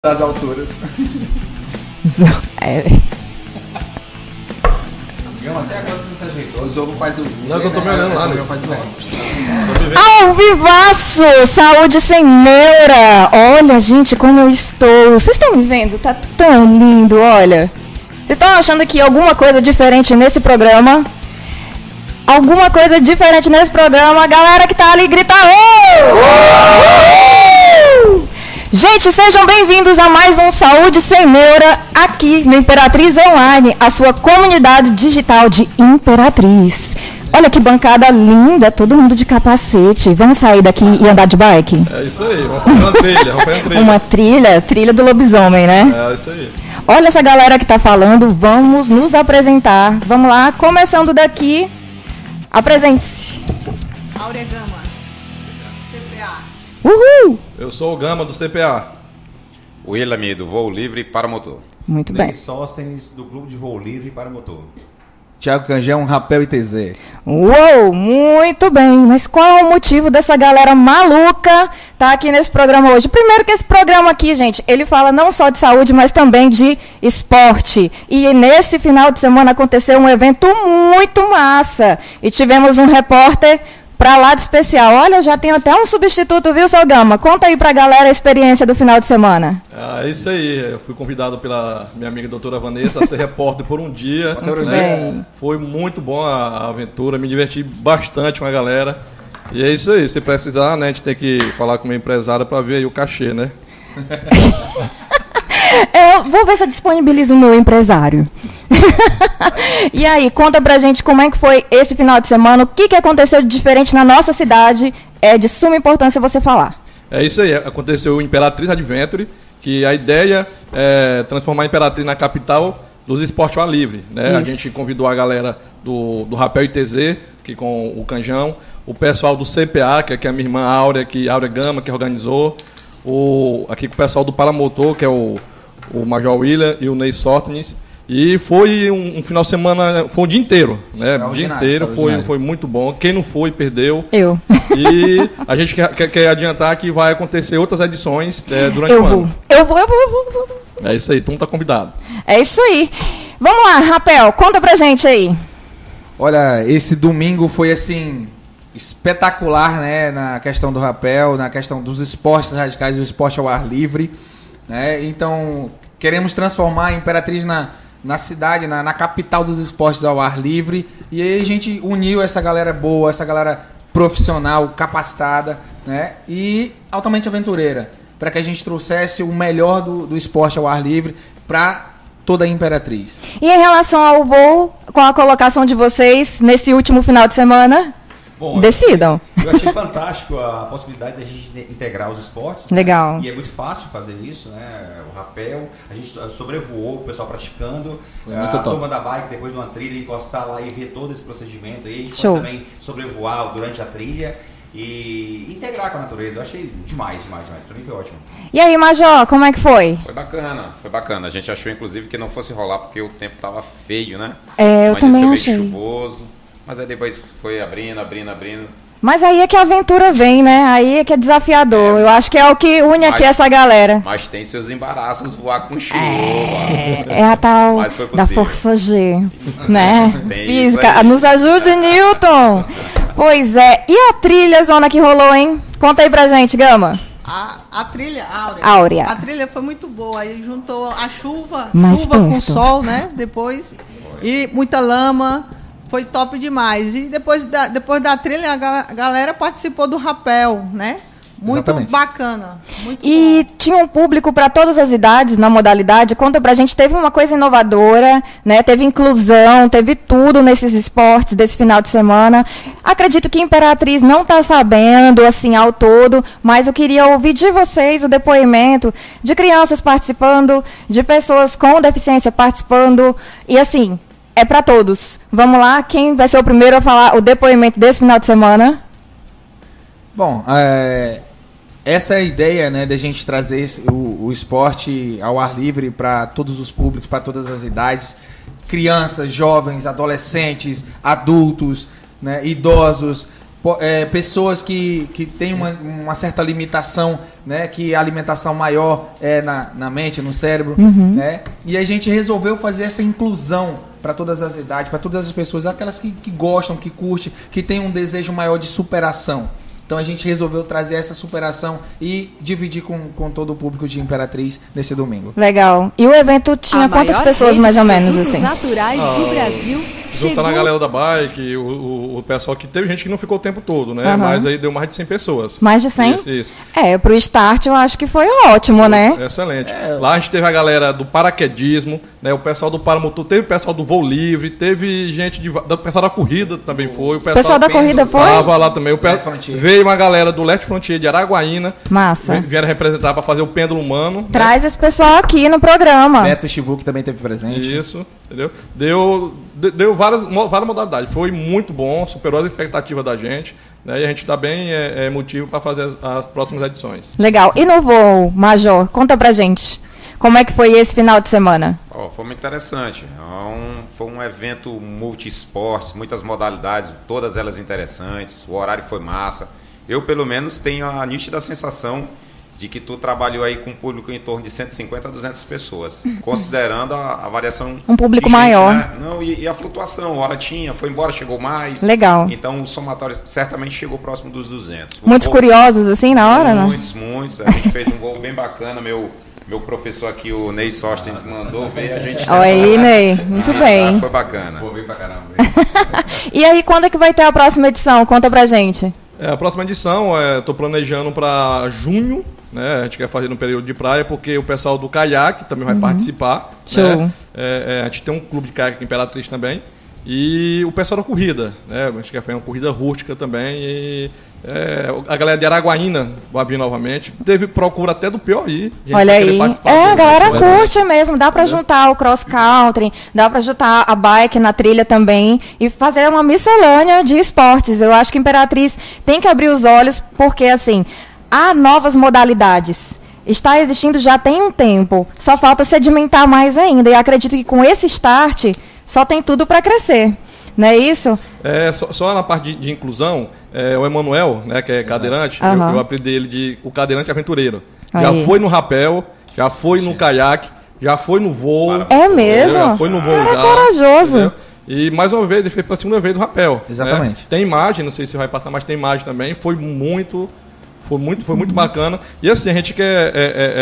das alturas. Até agora você não se ajeitou. O jogo faz o... Não, eu tô me olhando lá, né? Ao vivaço! Saúde sem neura! Olha, gente, como eu estou. Vocês estão me vendo? Tá tão lindo, olha. Vocês estão achando que alguma coisa diferente nesse programa? Alguma coisa diferente nesse programa? A galera que tá ali grita Gente, sejam bem-vindos a mais um Saúde Sem Neura, aqui no Imperatriz Online, a sua comunidade digital de Imperatriz. Olha que bancada linda, todo mundo de capacete. Vamos sair daqui e andar de bike? É isso aí, vamos fazer uma trilha, Uma trilha do lobisomem, né? É isso aí. Olha essa galera que tá falando, vamos nos apresentar. Vamos lá, começando daqui, apresente-se. Áurea Gama, CPA. Uhul! Eu sou o Gama do CPA. William do Voo Livre para Motor. Muito bem. Sóstenes do Clube de Voo Livre para Motor. Thiago Canjão, Rapel e TZ. Uou, muito bem. Mas qual é o motivo dessa galera maluca tá aqui nesse programa hoje? Primeiro que esse programa aqui, gente, ele fala não só de saúde, mas também de esporte. E nesse final de semana aconteceu um evento muito massa. E tivemos um repórter pra lá de especial. Olha, já tem até um substituto, viu, seu Gama? Conta aí pra galera a experiência do final de semana. É isso aí, eu fui convidado pela minha amiga doutora Vanessa a ser repórter por um dia. Muito bem. Foi muito bom a aventura, me diverti bastante com a galera. E é isso aí, se precisar, né, a gente tem que falar com uma empresária para ver aí o cachê, né? Eu vou ver se eu disponibilizo o meu empresário. E aí, conta pra gente como é que foi esse final de semana, o que aconteceu de diferente na nossa cidade, é de suma importância você falar. É isso aí, aconteceu o Imperatriz Adventure, que a ideia é transformar a Imperatriz na capital dos esportes ao ar livre, né? Isso. A gente convidou a galera do Rapel e TZ, que com o Canjão, o pessoal do CPA, que é a minha irmã Áurea Gama, que organizou, aqui com o pessoal do Paramotor, que é o Major William e o Ney Sortnes. E foi um final de semana, foi um dia inteiro, né? O dia inteiro foi muito bom. Quem não foi, perdeu. Eu. E a gente quer adiantar que vai acontecer outras edições durante o ano. Eu vou. É isso aí, todo mundo tá convidado. É isso aí. Vamos lá, Rapel, conta pra gente aí. Olha, esse domingo foi assim espetacular, né? Na questão do rapel, na questão dos esportes radicais, do esporte ao ar livre, né? Então, queremos transformar a Imperatriz na cidade, na capital dos esportes ao ar livre. E aí a gente uniu essa galera boa, essa galera profissional, capacitada, né? E altamente aventureira, para que a gente trouxesse o melhor do esporte ao ar livre para toda a Imperatriz. E em relação ao voo, com a colocação de vocês nesse último final de semana? Bom, decidam. Eu achei fantástico a possibilidade de a gente integrar os esportes. Legal. Né? E é muito fácil fazer isso, né? O rapel, a gente sobrevoou o pessoal praticando. Foi muito top. Turma da bike, depois de uma trilha, encostar lá e ver todo esse procedimento. Aí a gente Show. pode também sobrevoar durante a trilha e integrar com a natureza. Eu achei demais. Pra mim foi ótimo. E aí, Major, como é que foi? Foi bacana. A gente achou, inclusive, que não fosse rolar porque o tempo tava feio, né? Eu também meio achei. chuvoso. Mas aí depois foi abrindo. Mas aí é que a aventura vem, né? Aí é que é desafiador. Eu acho que é o que une aqui essa galera. Mas tem seus embaraços voar com chuva. É a tal Mas foi da possível. força G, né? Tem Física. isso aí. Nos ajude, Newton. Pois é. E a trilha zona que rolou, hein? Conta aí pra gente, Gama. A trilha, Áurea. A trilha foi muito boa. Aí juntou a chuva Mais com perto. sol, né? Depois. E muita lama. Foi top demais. E depois da trilha, a galera participou do rapel, né? Muito Exatamente. bacana. Muito E bom. tinha um público para todas as idades na modalidade. Conta pra gente, teve uma coisa inovadora, né? Teve inclusão, teve tudo nesses esportes desse final de semana. Acredito que Imperatriz não está sabendo, assim, ao todo, mas eu queria ouvir de vocês o depoimento de crianças participando, de pessoas com deficiência participando, e assim, é para todos. Vamos lá, quem vai ser o primeiro a falar o depoimento desse final de semana? Bom, essa é a ideia, né, da gente trazer o esporte ao ar livre para todos os públicos, para todas as idades, crianças, jovens, adolescentes, adultos, né, idosos, pessoas que têm uma certa limitação, né? Que a alimentação maior é na mente, no cérebro, né? E a gente resolveu fazer essa inclusão para todas as idades, para todas as pessoas, aquelas que gostam, que curtem, que têm um desejo maior de superação. Então a gente resolveu trazer essa superação e dividir com todo o público de Imperatriz nesse domingo. Legal. E o evento tinha quantas pessoas mais ou menos assim? Naturais do Brasil. Juntando a galera da bike, o pessoal que teve gente que não ficou o tempo todo, né? Mas aí deu mais de 100 pessoas. Mais de 100? Isso. Pro start eu acho que foi ótimo, né? Excelente. Lá a gente teve a galera do paraquedismo, né? O pessoal do paramotor, teve o pessoal do voo livre, teve gente do pessoal da corrida também foi. O pessoal da corrida foi? Tava lá também. Veio uma galera do Leste Frontier de Araguaína. Massa. Vieram representar para fazer o pêndulo humano. Traz esse pessoal aqui no programa. Beto Chivuk também teve presente. Isso, entendeu? Deu várias modalidades. Foi muito bom, superou as expectativas da gente, né? E a gente está bem motivo para fazer as próximas edições. Legal. E no voo, Major, conta pra gente. Como é que foi esse final de semana? Foi muito interessante. Foi um evento multi-esportes, muitas modalidades, todas elas interessantes. O horário foi massa. Eu, pelo menos, tenho a nítida sensação de que tu trabalhou aí com um público em torno de 150 a 200 pessoas, considerando a variação... Um público de gente, maior. Né? Não, e a flutuação, hora tinha, foi embora, chegou mais. Legal. Então o somatório certamente chegou próximo dos 200. Muitos curiosos assim na hora, né? Muitos. A gente fez um gol bem bacana, meu professor aqui, o Ney Sostens, mandou ver a gente... Olha aí, Ney, muito bem. Foi bacana. Pô, bem pra caramba. E aí, quando é que vai ter a próxima edição? Conta pra gente. A próxima edição, estou planejando para junho, né? A gente quer fazer no período de praia, porque o pessoal do caiaque também vai participar. Show. Né? A gente tem um clube de caiaque aqui em Imperatriz também. E o pessoal da corrida, né? A gente quer fazer uma corrida rústica também. E a galera de Araguaína vai vir novamente. Teve procura até do Piauí. Olha aí. A galera curte mesmo. Dá pra juntar o cross country, dá pra juntar a bike na trilha também e fazer uma miscelânea de esportes. Eu acho que Imperatriz tem que abrir os olhos porque, assim, há novas modalidades. Está existindo já tem um tempo. Só falta sedimentar mais ainda. E acredito que com esse start só tem tudo para crescer. Não é isso? Só na parte de inclusão, o Emanuel, né, que é cadeirante, eu apelidei ele de o cadeirante aventureiro. Aí. Já foi no rapel, já foi no caiaque, já foi no voo. É mesmo? Já foi no voo. Cara, é corajoso. Entendeu? E mais uma vez, ele fez pela segunda vez do rapel. Exatamente. Né? Tem imagem, não sei se vai passar, mas tem imagem também. Foi muito bacana. E assim, a gente quer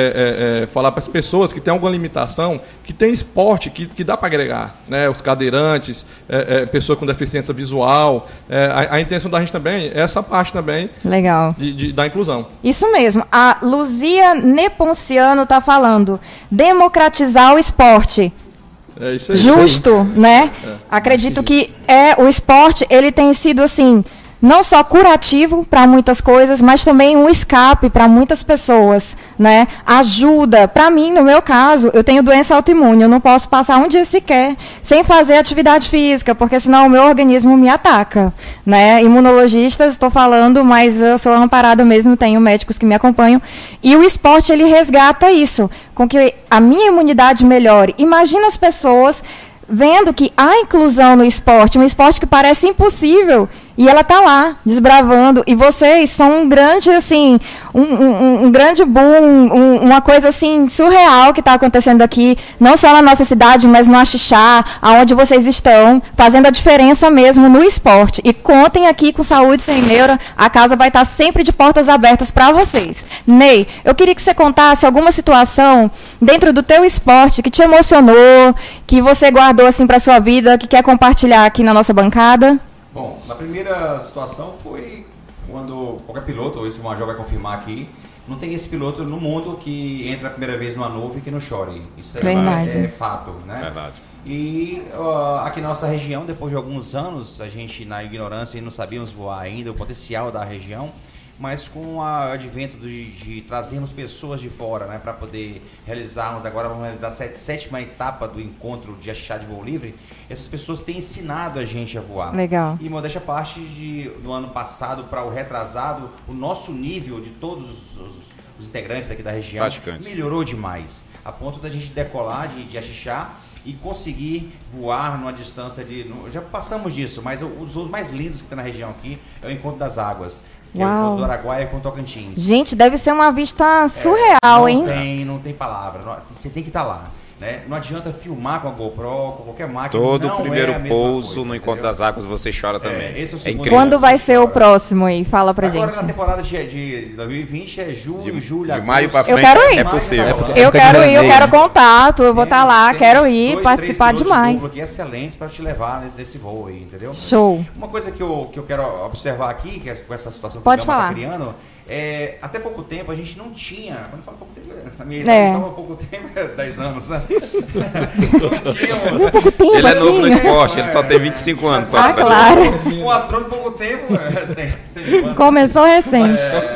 falar para as pessoas que têm alguma limitação, que tem esporte que dá para agregar, né? Os cadeirantes, pessoas com deficiência visual. A intenção da gente também é essa parte também. Legal. Da inclusão. Isso mesmo. A Luzia Neponciano está falando. Democratizar o esporte. É isso aí. Justo, né? Acredito que o esporte, ele tem sido assim... não só curativo para muitas coisas, mas também um escape para muitas pessoas, né? Ajuda. Para mim, no meu caso, eu tenho doença autoimune, eu não posso passar um dia sequer sem fazer atividade física, porque senão o meu organismo me ataca, né? Imunologistas, estou falando, mas eu sou amparada mesmo, tenho médicos que me acompanham. E o esporte, ele resgata isso, com que a minha imunidade melhore. Imagina as pessoas vendo que há inclusão no esporte, um esporte que parece impossível, e ela está lá, desbravando. E vocês são um grande, assim, um grande boom, uma coisa, assim, surreal que está acontecendo aqui, não só na nossa cidade, mas no Axixá, aonde vocês estão, fazendo a diferença mesmo no esporte. E contem aqui com Saúde Sem Neura, a casa vai estar sempre de portas abertas para vocês. Ney, eu queria que você contasse alguma situação dentro do teu esporte que te emocionou, que você guardou, assim, para sua vida, que quer compartilhar aqui na nossa bancada. Bom, na primeira situação foi quando qualquer piloto, ou isso o Major vai confirmar aqui, não tem esse piloto no mundo que entra a primeira vez numa nuvem que não chore. Isso é fato, né? Verdade. E aqui na nossa região, depois de alguns anos, a gente na ignorância e não sabíamos voar ainda o potencial da região, mas com o advento de trazermos pessoas de fora, né, para poder realizarmos, agora vamos realizar a sétima etapa do encontro de Axixá de voo livre, essas pessoas têm ensinado a gente a voar. Legal. E modéstia à parte, do ano passado para o retrasado, o nosso nível de todos os integrantes aqui da região melhorou demais, a ponto da gente decolar de Axixá e conseguir voar numa distância de... Já passamos disso, mas os voos mais lindos que tem na região aqui é o Encontro das Águas. Que é o Encontro do Araguaia com Tocantins. Gente, deve ser uma vista surreal, hein? Não tem palavra. Você tem que estar lá. Né? Não adianta filmar com a GoPro, com qualquer máquina. Todo não primeiro é a mesma pouso coisa, no Encontro das Águas você chora também. Esse é o segundo. Quando vai ser o próximo aí? Fala pra gente. Agora na temporada de 2020 é julho, julho, de maio pra Eu frente quero ir. é possível. Eu quero ir, eu quero contato, eu vou estar lá, quero ir, participar demais. Aqui excelentes para te levar nesse voo aí, entendeu? Show. Uma coisa que eu quero observar aqui, que é com essa situação que Pode o Gama falar. tá criando, até pouco tempo a gente não tinha, quando eu falo pouco tempo, na minha idade, então há pouco tempo, 10 anos, né? Não tínhamos. Pouco tempo, Ele é novo no assim. esporte, ele só tem 25 anos. Ah, claro. Um astrônomo pouco tempo, sem Começou recente.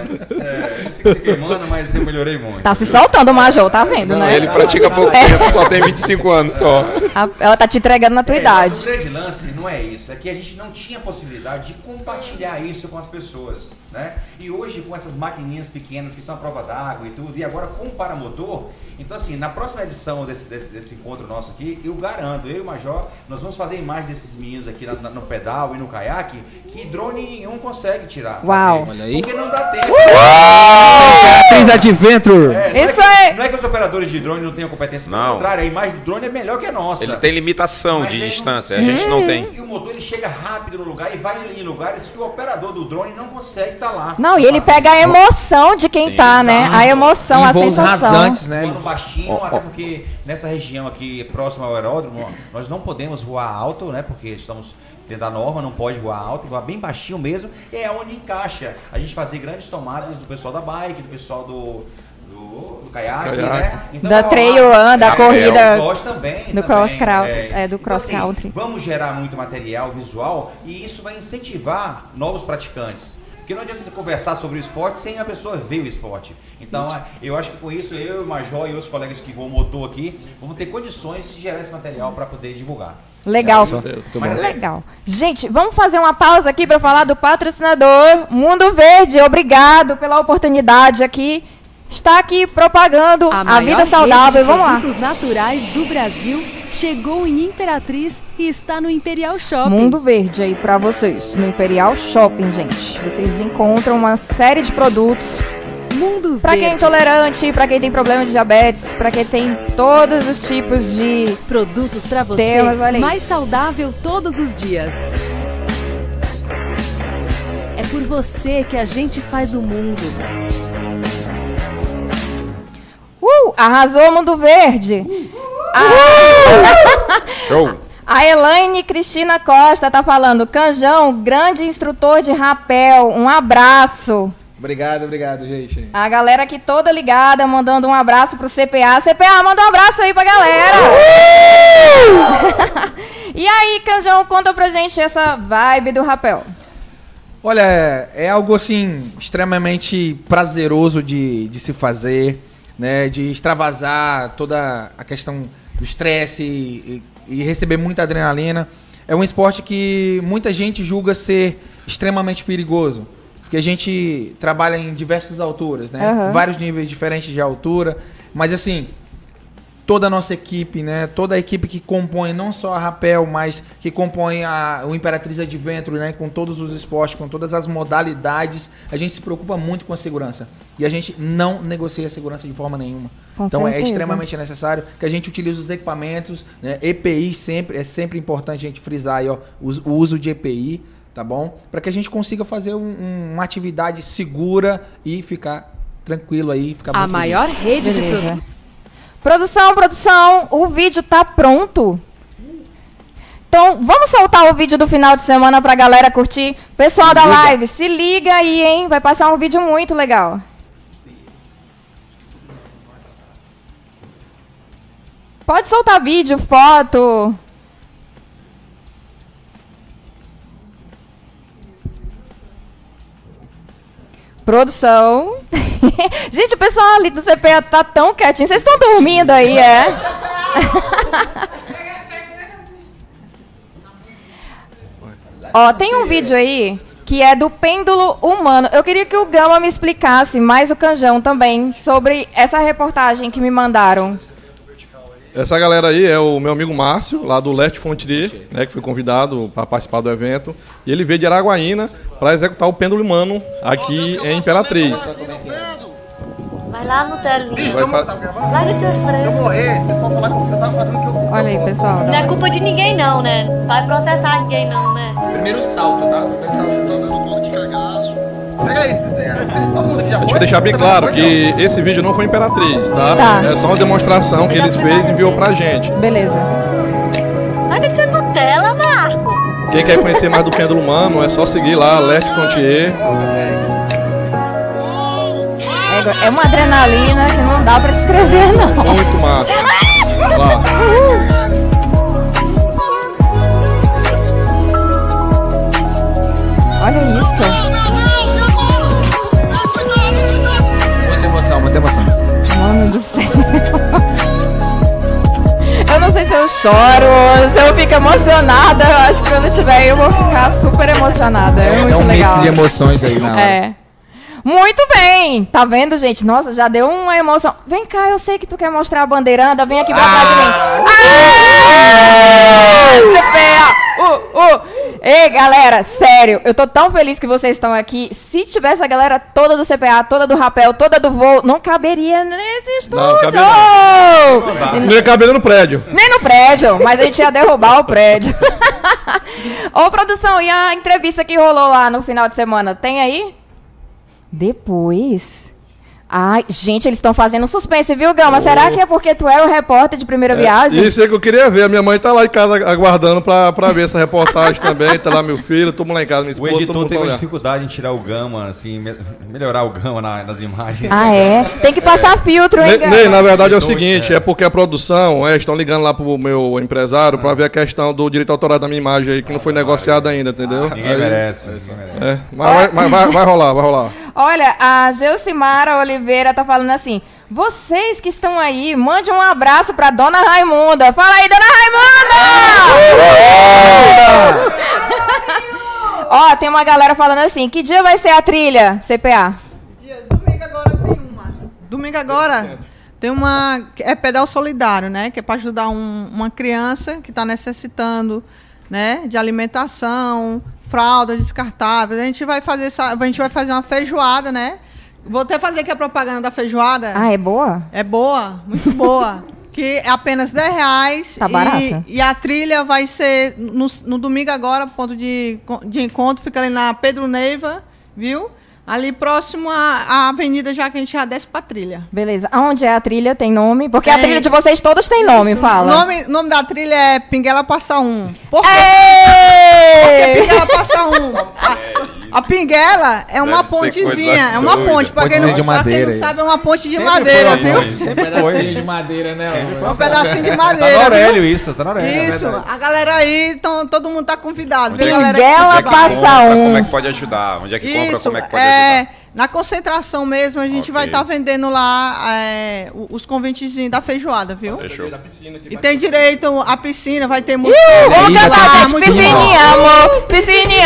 fica queimando, mas eu melhorei muito. Tá se soltando o Major, tá vendo, né? Ele pratica pouco tempo, só tem 25 anos só. Ela tá te entregando na tua Mas idade. o grande lance não é isso, é que a gente não tinha possibilidade de compartilhar isso com as pessoas, né? E hoje, com essas maquininhas pequenas que são a prova d'água e tudo, e agora com o paramotor, então assim, na próxima edição desse encontro nosso aqui, eu garanto, eu e o Major, nós vamos fazer imagens desses meninos aqui no pedal e no caiaque, que drone nenhum consegue tirar. Uau. Olha aí. Porque não dá tempo. Imperatriz Adventure. Não é que os operadores de drone não tenham competência, pelo Não. contrário, a imagem do drone é melhor que a nossa. Ele tem limitação Mas de ele distância, a gente não tem. E o motor ele chega rápido no lugar e vai em lugares que o operador do drone não consegue estar lá. Não, e ele pega a emoção de quem tá, né? A emoção, Em a voos sensação. rasantes, né? Voando baixinho, até porque nessa região aqui próxima ao aeródromo, nós não podemos voar alto, né? Porque estamos dentro da norma, não pode voar alto, voar bem baixinho mesmo, e é onde encaixa a gente fazer grandes tomadas do pessoal da bike, do pessoal do caiaque, né? Então, Da trail run, da corrida. Do cross também. Do também. cross Então, country. vamos gerar muito material visual e isso vai incentivar novos praticantes. Porque não adianta você conversar sobre o esporte sem a pessoa ver o esporte. Então, eu acho que com isso, eu, o Major e outros colegas que voam motor aqui, vamos ter condições de gerar esse material para poder divulgar. Legal. Legal. Gente, vamos fazer uma pausa aqui para falar do patrocinador Mundo Verde. Obrigado pela oportunidade aqui. Está aqui propagando a vida saudável. Vamos lá. Produtos naturais do Brasil chegou em Imperatriz e está no Imperial Shopping. Mundo Verde aí para vocês, no Imperial Shopping, gente. Vocês encontram uma série de produtos. Mundo Para quem é Verde. intolerante, para quem tem problema de diabetes, para quem tem todos os tipos de Produtos para você temas, olha aí. mais saudável todos os dias. É por você que a gente faz o mundo. Arrasou, Mundo Verde. Show! A Elaine Cristina Costa tá falando, Canjão, grande instrutor de rapel, um abraço. Obrigado, gente. A galera aqui toda ligada, mandando um abraço pro CPA. CPA, manda um abraço aí pra galera. E aí, Canjão, conta pra gente essa vibe do rapel. Olha, é algo assim extremamente prazeroso de se fazer, né? De extravasar toda a questão do estresse e receber muita adrenalina. É um esporte que muita gente julga ser extremamente perigoso, porque a gente trabalha em diversas alturas, né? Uhum. Vários níveis diferentes de altura, mas assim, toda a nossa equipe, né? Toda a equipe que compõe não só a Rapel, mas que compõe o Imperatriz Adventure, né? Com todos os esportes, com todas as modalidades, a gente se preocupa muito com a segurança. E a gente não negocia a segurança de forma nenhuma. Com então certeza. é extremamente necessário que a gente utilize os equipamentos, né? EPI é sempre importante a gente frisar aí, ó, o uso de EPI, tá bom? Para que a gente consiga fazer uma atividade segura e ficar tranquilo aí, ficar A muito maior feliz. rede de Beleza. produtos. Produção, o vídeo tá pronto. Então, vamos soltar o vídeo do final de semana pra galera curtir. Pessoal da live, se liga aí, hein? Vai passar um vídeo muito legal. Pode soltar vídeo, foto. Produção. Gente, o pessoal ali do CPA tá tão quietinho. Vocês estão dormindo aí, é? Ó, tem um vídeo aí que é do pêndulo humano. Eu queria que o Gama me explicasse, mais o Canjão também, sobre essa reportagem que me mandaram. Essa galera aí é o meu amigo Márcio, lá do Leste Frontier, né, que foi convidado para participar do evento. E ele veio de Araguaína para executar o pêndulo humano aqui em Imperatriz. Vai lá no telinho. Larga de Olha aí, pessoal. Não é culpa de ninguém não, né? Não vai processar ninguém não, né? Primeiro salto, tá? Primeiro salto. Tá dando um pouco de cagaço. Pega isso, Deixa eu deixar bem claro que esse vídeo não foi Imperatriz, tá? Tá. É só uma demonstração que eles fez e enviou pra gente. Beleza. Larga de ser Nutella, Marco. Quem quer conhecer mais do pêndulo humano é só seguir lá, Leste Frontier. É uma adrenalina que não dá pra descrever, não. Muito massa. Lá. Olha isso. Muita emoção. Mano do céu. Eu não sei se eu choro, se eu fico emocionada. Eu acho que quando eu tiver aí eu vou ficar super emocionada. É muito um legal. mix de emoções aí na hora. É. Muito bem! Tá vendo, gente? Nossa, já deu uma emoção. Vem cá, eu sei que tu quer mostrar a bandeiranda. Vem aqui pra trás de mim. CPA! Ei, galera, sério, eu tô tão feliz que vocês estão aqui. Se tivesse a galera toda do CPA, toda do rapel, toda do voo, não caberia nesse estúdio! Não ia caber no prédio. Nem no prédio, mas a gente ia derrubar o prédio. Ô, produção, e a entrevista que rolou lá no final de semana? Tem aí? Depois? Ai, gente, eles estão fazendo suspense, viu, Gama? Será que é porque tu era o repórter de primeira viagem? Isso é que eu queria ver. A minha mãe tá lá em casa aguardando pra ver essa reportagem também. Tá lá meu filho, tamo lá em casa, minha esposa. O editor teve dificuldade em tirar o Gama, assim, melhorar o Gama nas imagens. Ah, é? Tem que passar filtro, hein, Gama? Ney, na verdade é o seguinte, é porque a produção, estão ligando lá pro meu empresário pra ver a questão do direito autoral da minha imagem aí, que não foi negociada ainda, entendeu? Ninguém merece. Mas vai rolar. Olha, a Geucimara Oliveira tá falando assim: vocês que estão aí, mande um abraço pra Dona Raimunda. Fala aí, Dona Raimunda! Ó, tem uma galera falando assim: que dia vai ser a trilha, CPA? Domingo agora tem uma. Domingo agora tem uma. É pedal solidário, né? Que é para ajudar uma criança que está necessitando, né? De alimentação, fraldas descartáveis. A gente vai fazer uma feijoada, né? Vou até fazer aqui a propaganda da feijoada. Ah, é boa? É boa, muito boa. Que é apenas R$10. Tá barata. E a trilha vai ser no domingo agora, ponto de encontro, fica ali na Pedro Neiva, viu? Ali próximo à avenida, já que a gente já desce pra trilha. Beleza. Aonde é a trilha? Tem nome? Porque a trilha de vocês todos tem nome, fala. O nome da trilha é Pinguela Passa 1. Por quê? Porque Pinguela Passa 1. A Pinguela é uma pontezinha. É uma ponte. Pra quem não sabe, é uma ponte de madeira, viu? Sempre pedacinho de madeira, né? É um pedacinho de madeira. Tá na Aurélio isso, tá na Aurélio. Isso. A galera aí, todo mundo tá convidado. Pinguela Passa 1. Como é que pode ajudar? Onde é que compra? Como é que pode ajudar? Na concentração mesmo, a gente vai estar vendendo lá os convitezinhos da feijoada, viu? Fechou. E tem direito à piscina, vai ter música. Vamos cantar, gente. Piscininha, amor. Piscininha,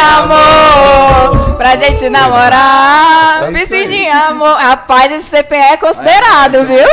amor. Pra gente namorar. Piscininha, amor. Rapaz, esse CPE é considerado, viu?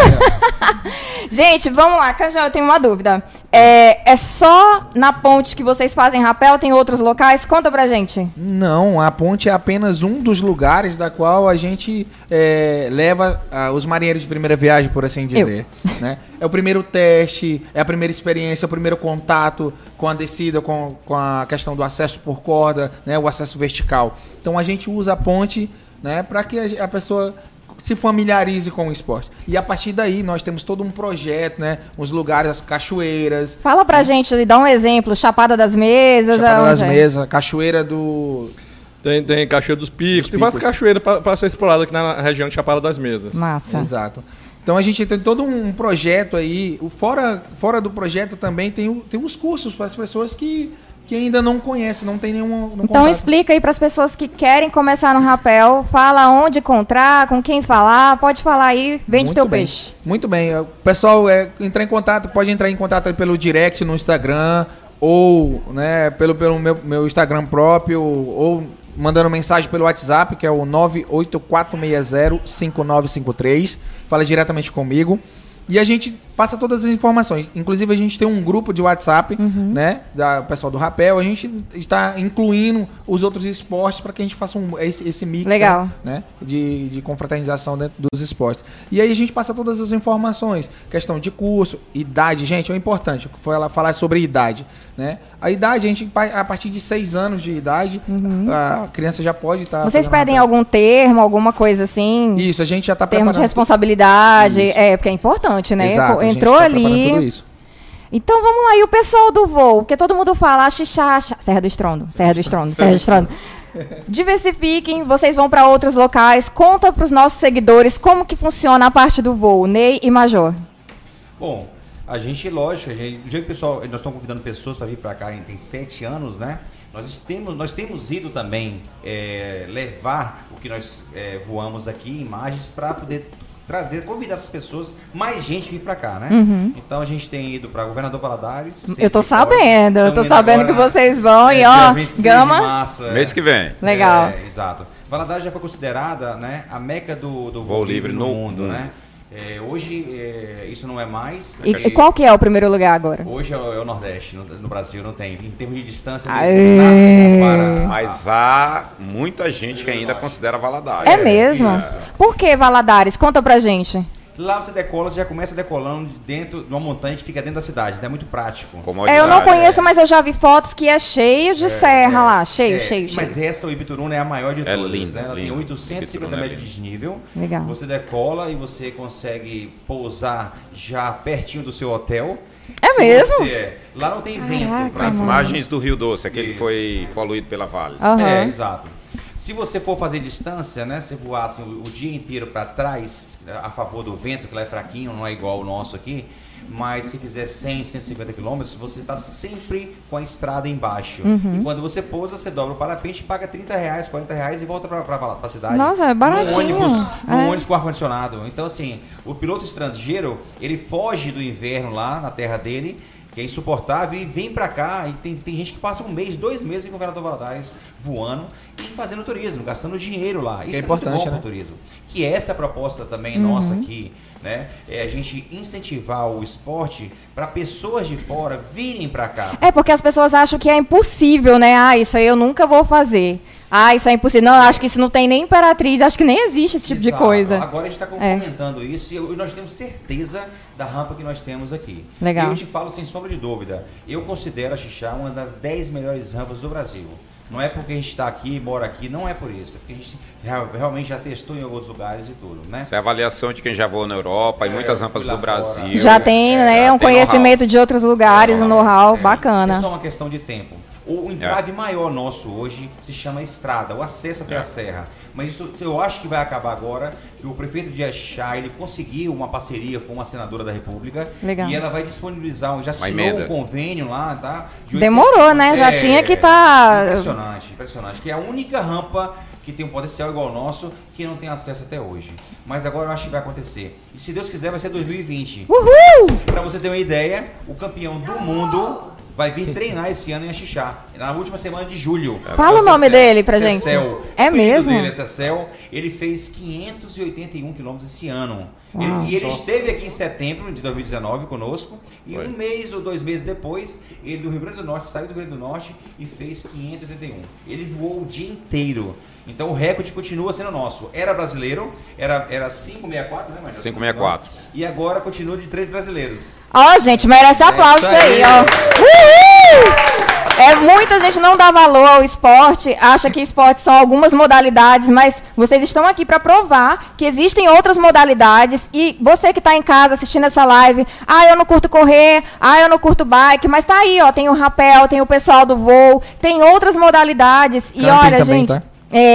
Gente, vamos lá. Canjão, eu tenho uma dúvida. É só na ponte que vocês fazem rapel? Tem outros locais? Conta pra gente. Não, a ponte é apenas um dos lugares da qual a gente leva os marinheiros de primeira viagem, por assim dizer. Né? É o primeiro teste, é a primeira experiência, é o primeiro contato com a descida, com a questão do acesso por corda, né? O acesso vertical. Então a gente usa a ponte, né, para que a pessoa se familiarize com o esporte. E a partir daí nós temos todo um projeto, né? Os lugares, as cachoeiras. Fala pra gente, dá um exemplo. Chapada das Mesas. Chapada das Mesas, cachoeira do... Tem Cachoeira dos Picos. Tem várias cachoeiras para ser explorada aqui na região de Chapada das Mesas. Massa. Exato. Então a gente tem todo um projeto aí. Fora do projeto também tem os cursos para as pessoas que ainda não conhecem, não tem nenhum então contato. Explica aí para as pessoas que querem começar no rapel, fala onde encontrar, com quem falar, pode falar aí, vende teu peixe. Muito bem, o pessoal pode entrar em contato pelo direct no Instagram, ou né, pelo meu Instagram próprio, ou mandando mensagem pelo WhatsApp, que é o 984605953, fala diretamente comigo. E a gente passa todas as informações. Inclusive, a gente tem um grupo de WhatsApp, né? Da pessoal do rapel. A gente está incluindo os outros esportes para que a gente faça esse mix, legal, né? De confraternização dentro dos esportes. E aí a gente passa todas as informações. Questão de curso, idade. Gente, é importante falar sobre idade, né? A idade, a partir de 6 anos de idade, a criança já pode estar... Vocês pedem algum termo, alguma coisa assim? Isso, a gente já está preparando. Termo de responsabilidade, porque é importante, né? Exato, entrou tá ali. Tudo isso. Então vamos lá, e o pessoal do voo? Porque todo mundo fala, Xixá, Serra do Estrondo, Serra do Estrondo, Serra do Estrondo. Diversifiquem, vocês vão para outros locais. Conta para os nossos seguidores como que funciona a parte do voo, Ney e Major. Bom, a gente, lógico, do jeito que o pessoal, nós estamos convidando pessoas para vir para cá, tem 7 anos, né? Nós temos ido também levar o que nós voamos aqui, imagens, para poder convidar essas pessoas, mais gente vir para cá, né? Então a gente tem ido para Governador Valadares. Eu tô sabendo, que vocês vão e ó, Gama. Março, mês que vem. Legal. Exato. Valadares já foi considerada, né, a meca do voo livre no mundo, né? Hoje isso não é mais. E qual que é o primeiro lugar agora? Hoje é o Nordeste, no Brasil não tem. Em termos de distância, nada se compara. Mas há muita gente que ainda considera Valadares. É mesmo? Isso. Por que Valadares? Conta pra gente. Lá você decola, você já começa decolando dentro de uma montanha que fica dentro da cidade, então é muito prático. Eu não conheço, mas eu já vi fotos que é cheio de serra lá, cheio. Mas essa, o Ibituruna, é a maior de todas, linda, né? Ela tem 850 metros de desnível. Legal. Você decola e você consegue pousar já pertinho do seu hotel. É mesmo? Lá não tem vento. Nas margens do Rio Doce, aquele que foi poluído pela Vale. Exato. Se você for fazer distância, né, se voar assim, o dia inteiro para trás, a favor do vento, que lá é fraquinho, não é igual o nosso aqui, mas se fizer 100, 150 quilômetros, você está sempre com a estrada embaixo. E quando você pousa, você dobra o parapente, paga R$30, R$40 e volta para a cidade. Nossa, é baratinho. Num ônibus com ar-condicionado. Então, assim, o piloto estrangeiro, ele foge do inverno lá na terra dele, que é insuportável, e vem pra cá, e tem gente que passa 1 mês, 2 meses em Governador Valadares voando e fazendo turismo, gastando dinheiro lá. Isso é importante, muito bom, né? Pro turismo. Que essa é a proposta também nossa aqui, né? É a gente incentivar o esporte para pessoas de fora virem pra cá. É porque as pessoas acham que é impossível, né? Isso aí eu nunca vou fazer. Isso é impossível. Não, eu acho que isso não tem nem Imperatriz, acho que nem existe esse tipo de coisa. Agora a gente está comentando isso e nós temos certeza da rampa que nós temos aqui. Legal. E eu te falo sem sombra de dúvida, eu considero a Xixá uma das 10 melhores rampas do Brasil. Não é porque a gente está aqui, mora aqui, não é por isso. É porque a gente realmente já testou em alguns lugares e tudo, né? Essa é a avaliação de quem já voou na Europa e muitas rampas do Brasil. Já tem, né? Um conhecimento de outros lugares, um know-how bacana. É só uma questão de tempo. O entrave maior nosso hoje se chama estrada, o acesso até a serra. Mas isso eu acho que vai acabar agora, que o prefeito de Xixá, ele conseguiu uma parceria com uma senadora da República. Legal. E ela vai disponibilizar, já assinou um convênio lá, tá? Demorou, né? Já tinha que estar... Impressionante. Que é a única rampa que tem um potencial igual ao nosso, que não tem acesso até hoje. Mas agora eu acho que vai acontecer. E se Deus quiser, vai ser 2020. Uhul! Para você ter uma ideia, o campeão do mundo vai vir treinar esse ano em Xixá, na última semana de julho. Fala o nome dele pra gente. Cecel. É mesmo? Dele é Cecel. Ele fez 581 quilômetros esse ano. Ele esteve aqui em setembro de 2019 conosco. E 1 mês ou 2 meses depois, ele do Rio Grande do Norte saiu do Rio Grande do Norte e fez 581. Ele voou o dia inteiro. Então o recorde continua sendo nosso. Era brasileiro, era 564, né, Marcelo? 564. E agora continua de 3 brasileiros. Gente, merece aplauso isso aí, ó. Uhul! Muita gente não dá valor ao esporte, acha que esporte são algumas modalidades, mas vocês estão aqui para provar que existem outras modalidades. E você que está em casa assistindo essa live, eu não curto correr, eu não curto bike, mas tá aí, ó, tem o rapel, tem o pessoal do voo, tem outras modalidades. E olha, também, gente... Tá?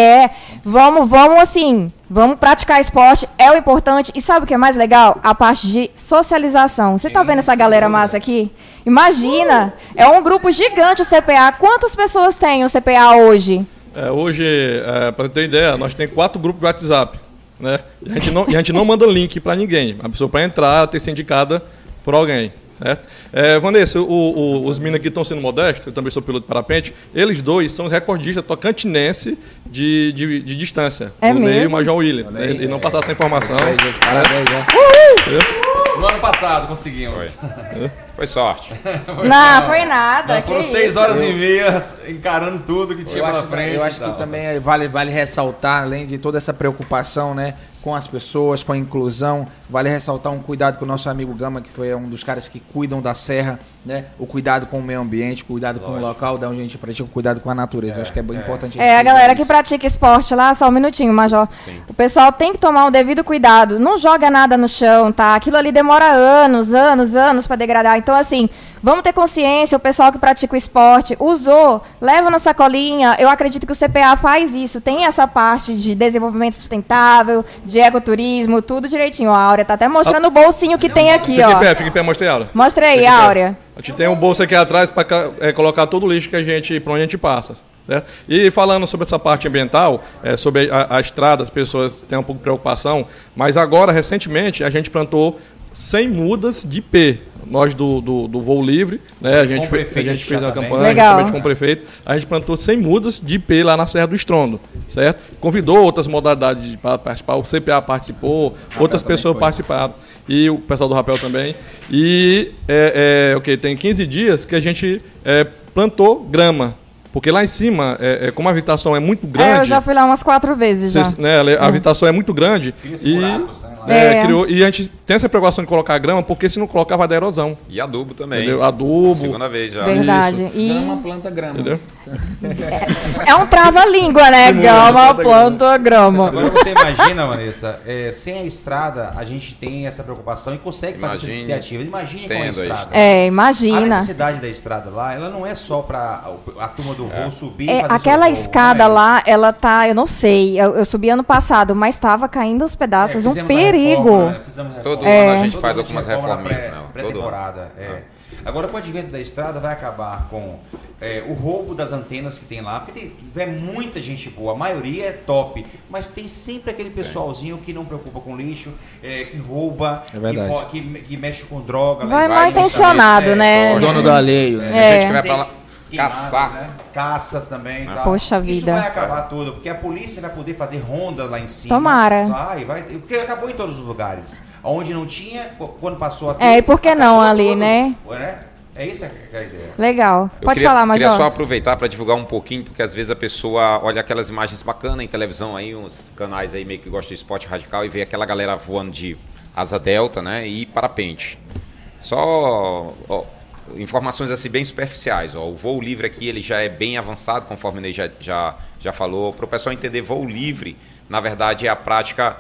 Vamos praticar esporte, é o importante. E sabe o que é mais legal? A parte de socialização. Você tá vendo essa galera massa aqui? Imagina, é um grupo gigante o CPA. Quantas pessoas tem o CPA hoje? Hoje, para ter ideia, nós temos 4 grupos de WhatsApp, né? E a gente não manda link para ninguém. A pessoa para entrar, ter sido indicada por alguém. Vanessa, os meninos aqui estão sendo modestos, eu também sou piloto de parapente, eles dois são recordistas tocantinense de distância. É o mesmo? Ney e o Major William. E não passar essa informação. No ano passado conseguimos. Foi sorte. Não, foi nada. Não, foram 6 horas e meia encarando tudo que tinha pela frente. Eu acho que também vale ressaltar, além de toda essa preocupação, né, com as pessoas, com a inclusão, vale ressaltar um cuidado com o nosso amigo Gama, que foi um dos caras que cuidam da serra, né? O cuidado com o meio ambiente, cuidado com o local da onde a gente pratica, o cuidado com a natureza. Eu acho que é importante. A galera que pratica esporte lá, só um minutinho, Major. Sim. O pessoal tem que tomar um devido cuidado. Não joga nada no chão, tá? Aquilo ali demora anos para degradar. Então, assim, vamos ter consciência, o pessoal que pratica o esporte, usou, leva na sacolinha. Eu acredito que o CPA faz isso. Tem essa parte de desenvolvimento sustentável, de ecoturismo, tudo direitinho. Ó, a Áurea tá até mostrando o bolsinho que tem aqui, ó. Fica em pé, mostrei, Áurea. Mostra aí, Áurea. A gente tem um bolso aqui atrás para colocar todo o lixo que por onde a gente passa. Certo? E falando sobre essa parte ambiental, sobre a estrada, as pessoas têm um pouco de preocupação, mas agora, recentemente, a gente plantou 100 mudas de IP. Nós do Voo Livre, né? A gente fez a campanha justamente com o prefeito. A gente plantou 100 mudas de IP lá na Serra do Estrondo, certo? Convidou outras modalidades para participar, o CPA participou, outras pessoas participaram, e o pessoal do Rapel também. E tem 15 dias que a gente plantou grama. Porque lá em cima, como a vegetação é muito grande... eu já fui lá umas 4 vezes já. A vegetação é muito grande. Buracos, né? E a gente tem essa preocupação de colocar grama, porque se não colocar vai dar erosão. E adubo também. Entendeu? Adubo. Segunda vez já. Verdade. E... Gama, planta, grama. Entendeu? É um trava-língua, né? Gama, planta, grama. Agora você imagina, Vanessa, sem a estrada, a gente tem essa preocupação e consegue fazer essa iniciativa. Imagine com a estrada. Imagina. A necessidade da estrada lá, ela não é só para a turma do voo subir e fazer aquela escada lá, ela tá, eu não sei, eu subi ano passado, mas estava caindo os pedaços, um perigo. Todo ano a gente faz algumas reforminhas, pré-temporada. Agora, com o advento da estrada, vai acabar com o roubo das antenas que tem lá, porque é muita gente boa, a maioria é top, mas tem sempre aquele pessoalzinho que não preocupa com lixo, que rouba, que mexe com droga. Vai mal intencionado, né? O dono do alheio. Tem gente que vai pra lá caçar. Né? Caças também. Tal. Poxa vida. Isso vai acabar tudo, porque a polícia vai poder fazer ronda lá em cima. Tomara. Porque acabou em todos os lugares. Onde não tinha, quando passou a ter... e por que não ali, né? É isso que é a ideia. Legal. Pode falar, Major. Eu queria só aproveitar para divulgar um pouquinho, porque às vezes a pessoa olha aquelas imagens bacanas em televisão, aí uns canais aí meio que gostam de esporte radical e vê aquela galera voando de asa delta, né, e parapente. Só informações assim bem superficiais. O voo livre aqui ele já é bem avançado, conforme o Ney já falou. Para o pessoal entender, voo livre, na verdade, é a prática...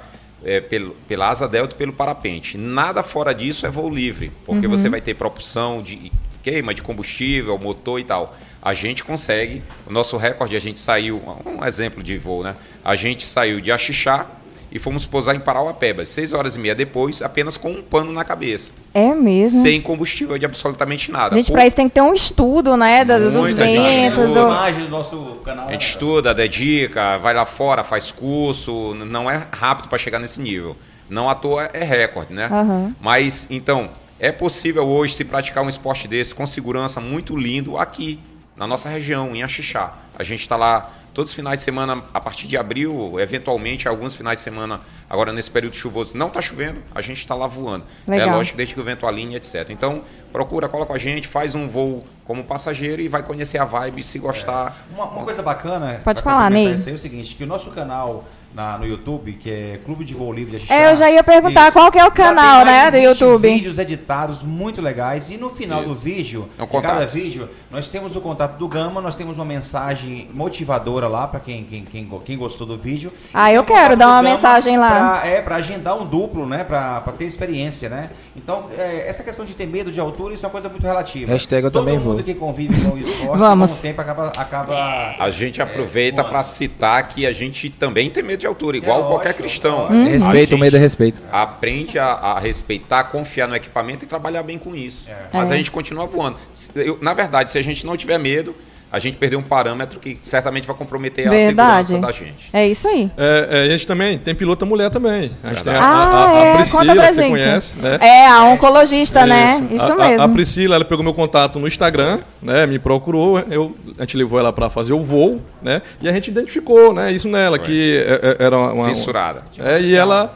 pela asa delta e pelo parapente. Nada fora disso é voo livre, porque você vai ter propulsão de queima de combustível, motor e tal. A gente consegue, o nosso recorde, a gente saiu, um exemplo de voo, né? A gente saiu de Axixá e fomos pousar em Parauapebas, 6 horas e meia depois, apenas com um pano na cabeça. É mesmo? Sem combustível de absolutamente nada. Gente, para isso tem que ter um estudo, né? Dos ventos. Imagem do nosso canal. A gente estuda, dedica, vai lá fora, faz curso. Não é rápido para chegar nesse nível. Não à toa é recorde, né? Mas, então, é possível hoje se praticar um esporte desse com segurança muito lindo aqui, na nossa região, em Axixá. A gente está lá todos os finais de semana, a partir de abril, eventualmente, alguns finais de semana, agora nesse período chuvoso, não está chovendo, a gente está lá voando. Legal. É lógico, desde que o vento alinhe, etc. Então, cola com a gente, faz um voo como passageiro e vai conhecer a vibe, se gostar. Uma coisa bacana... Pode falar, Ney. É o seguinte, que o nosso canal... no YouTube, que é Clube de Voo Livre de Axixá. Eu já ia perguntar qual que é o canal, né, do YouTube. Vídeos editados muito legais e no final do vídeo, de cada vídeo, nós temos o contato do Gama, nós temos uma mensagem motivadora lá para quem gostou do vídeo. Eu quero dar uma mensagem lá. Para agendar um duplo, né, para ter experiência, né? Então, essa questão de ter medo de altura, isso é uma coisa muito relativa. Hashtag eu também vou. Todo mundo que convive com o esporte, Vamos. com o tempo acaba... A gente aproveita para citar que a gente também tem medo de altura, igual qualquer cristão. Respeito, o medo é respeito. Aprende a respeitar, confiar no equipamento e trabalhar bem com isso. Mas a gente continua voando. Na verdade, se a gente não tiver medo, a gente perdeu um parâmetro que certamente vai comprometer a segurança da gente. É isso aí. A gente também tem pilota mulher também. A gente tem a Priscila, que você conhece. Né? A oncologista, né? Isso mesmo. A Priscila, ela pegou meu contato no Instagram, né? Me procurou, a gente levou ela para fazer o voo, né? E a gente identificou, né? Isso nela, que era uma... Fissurada. E ela...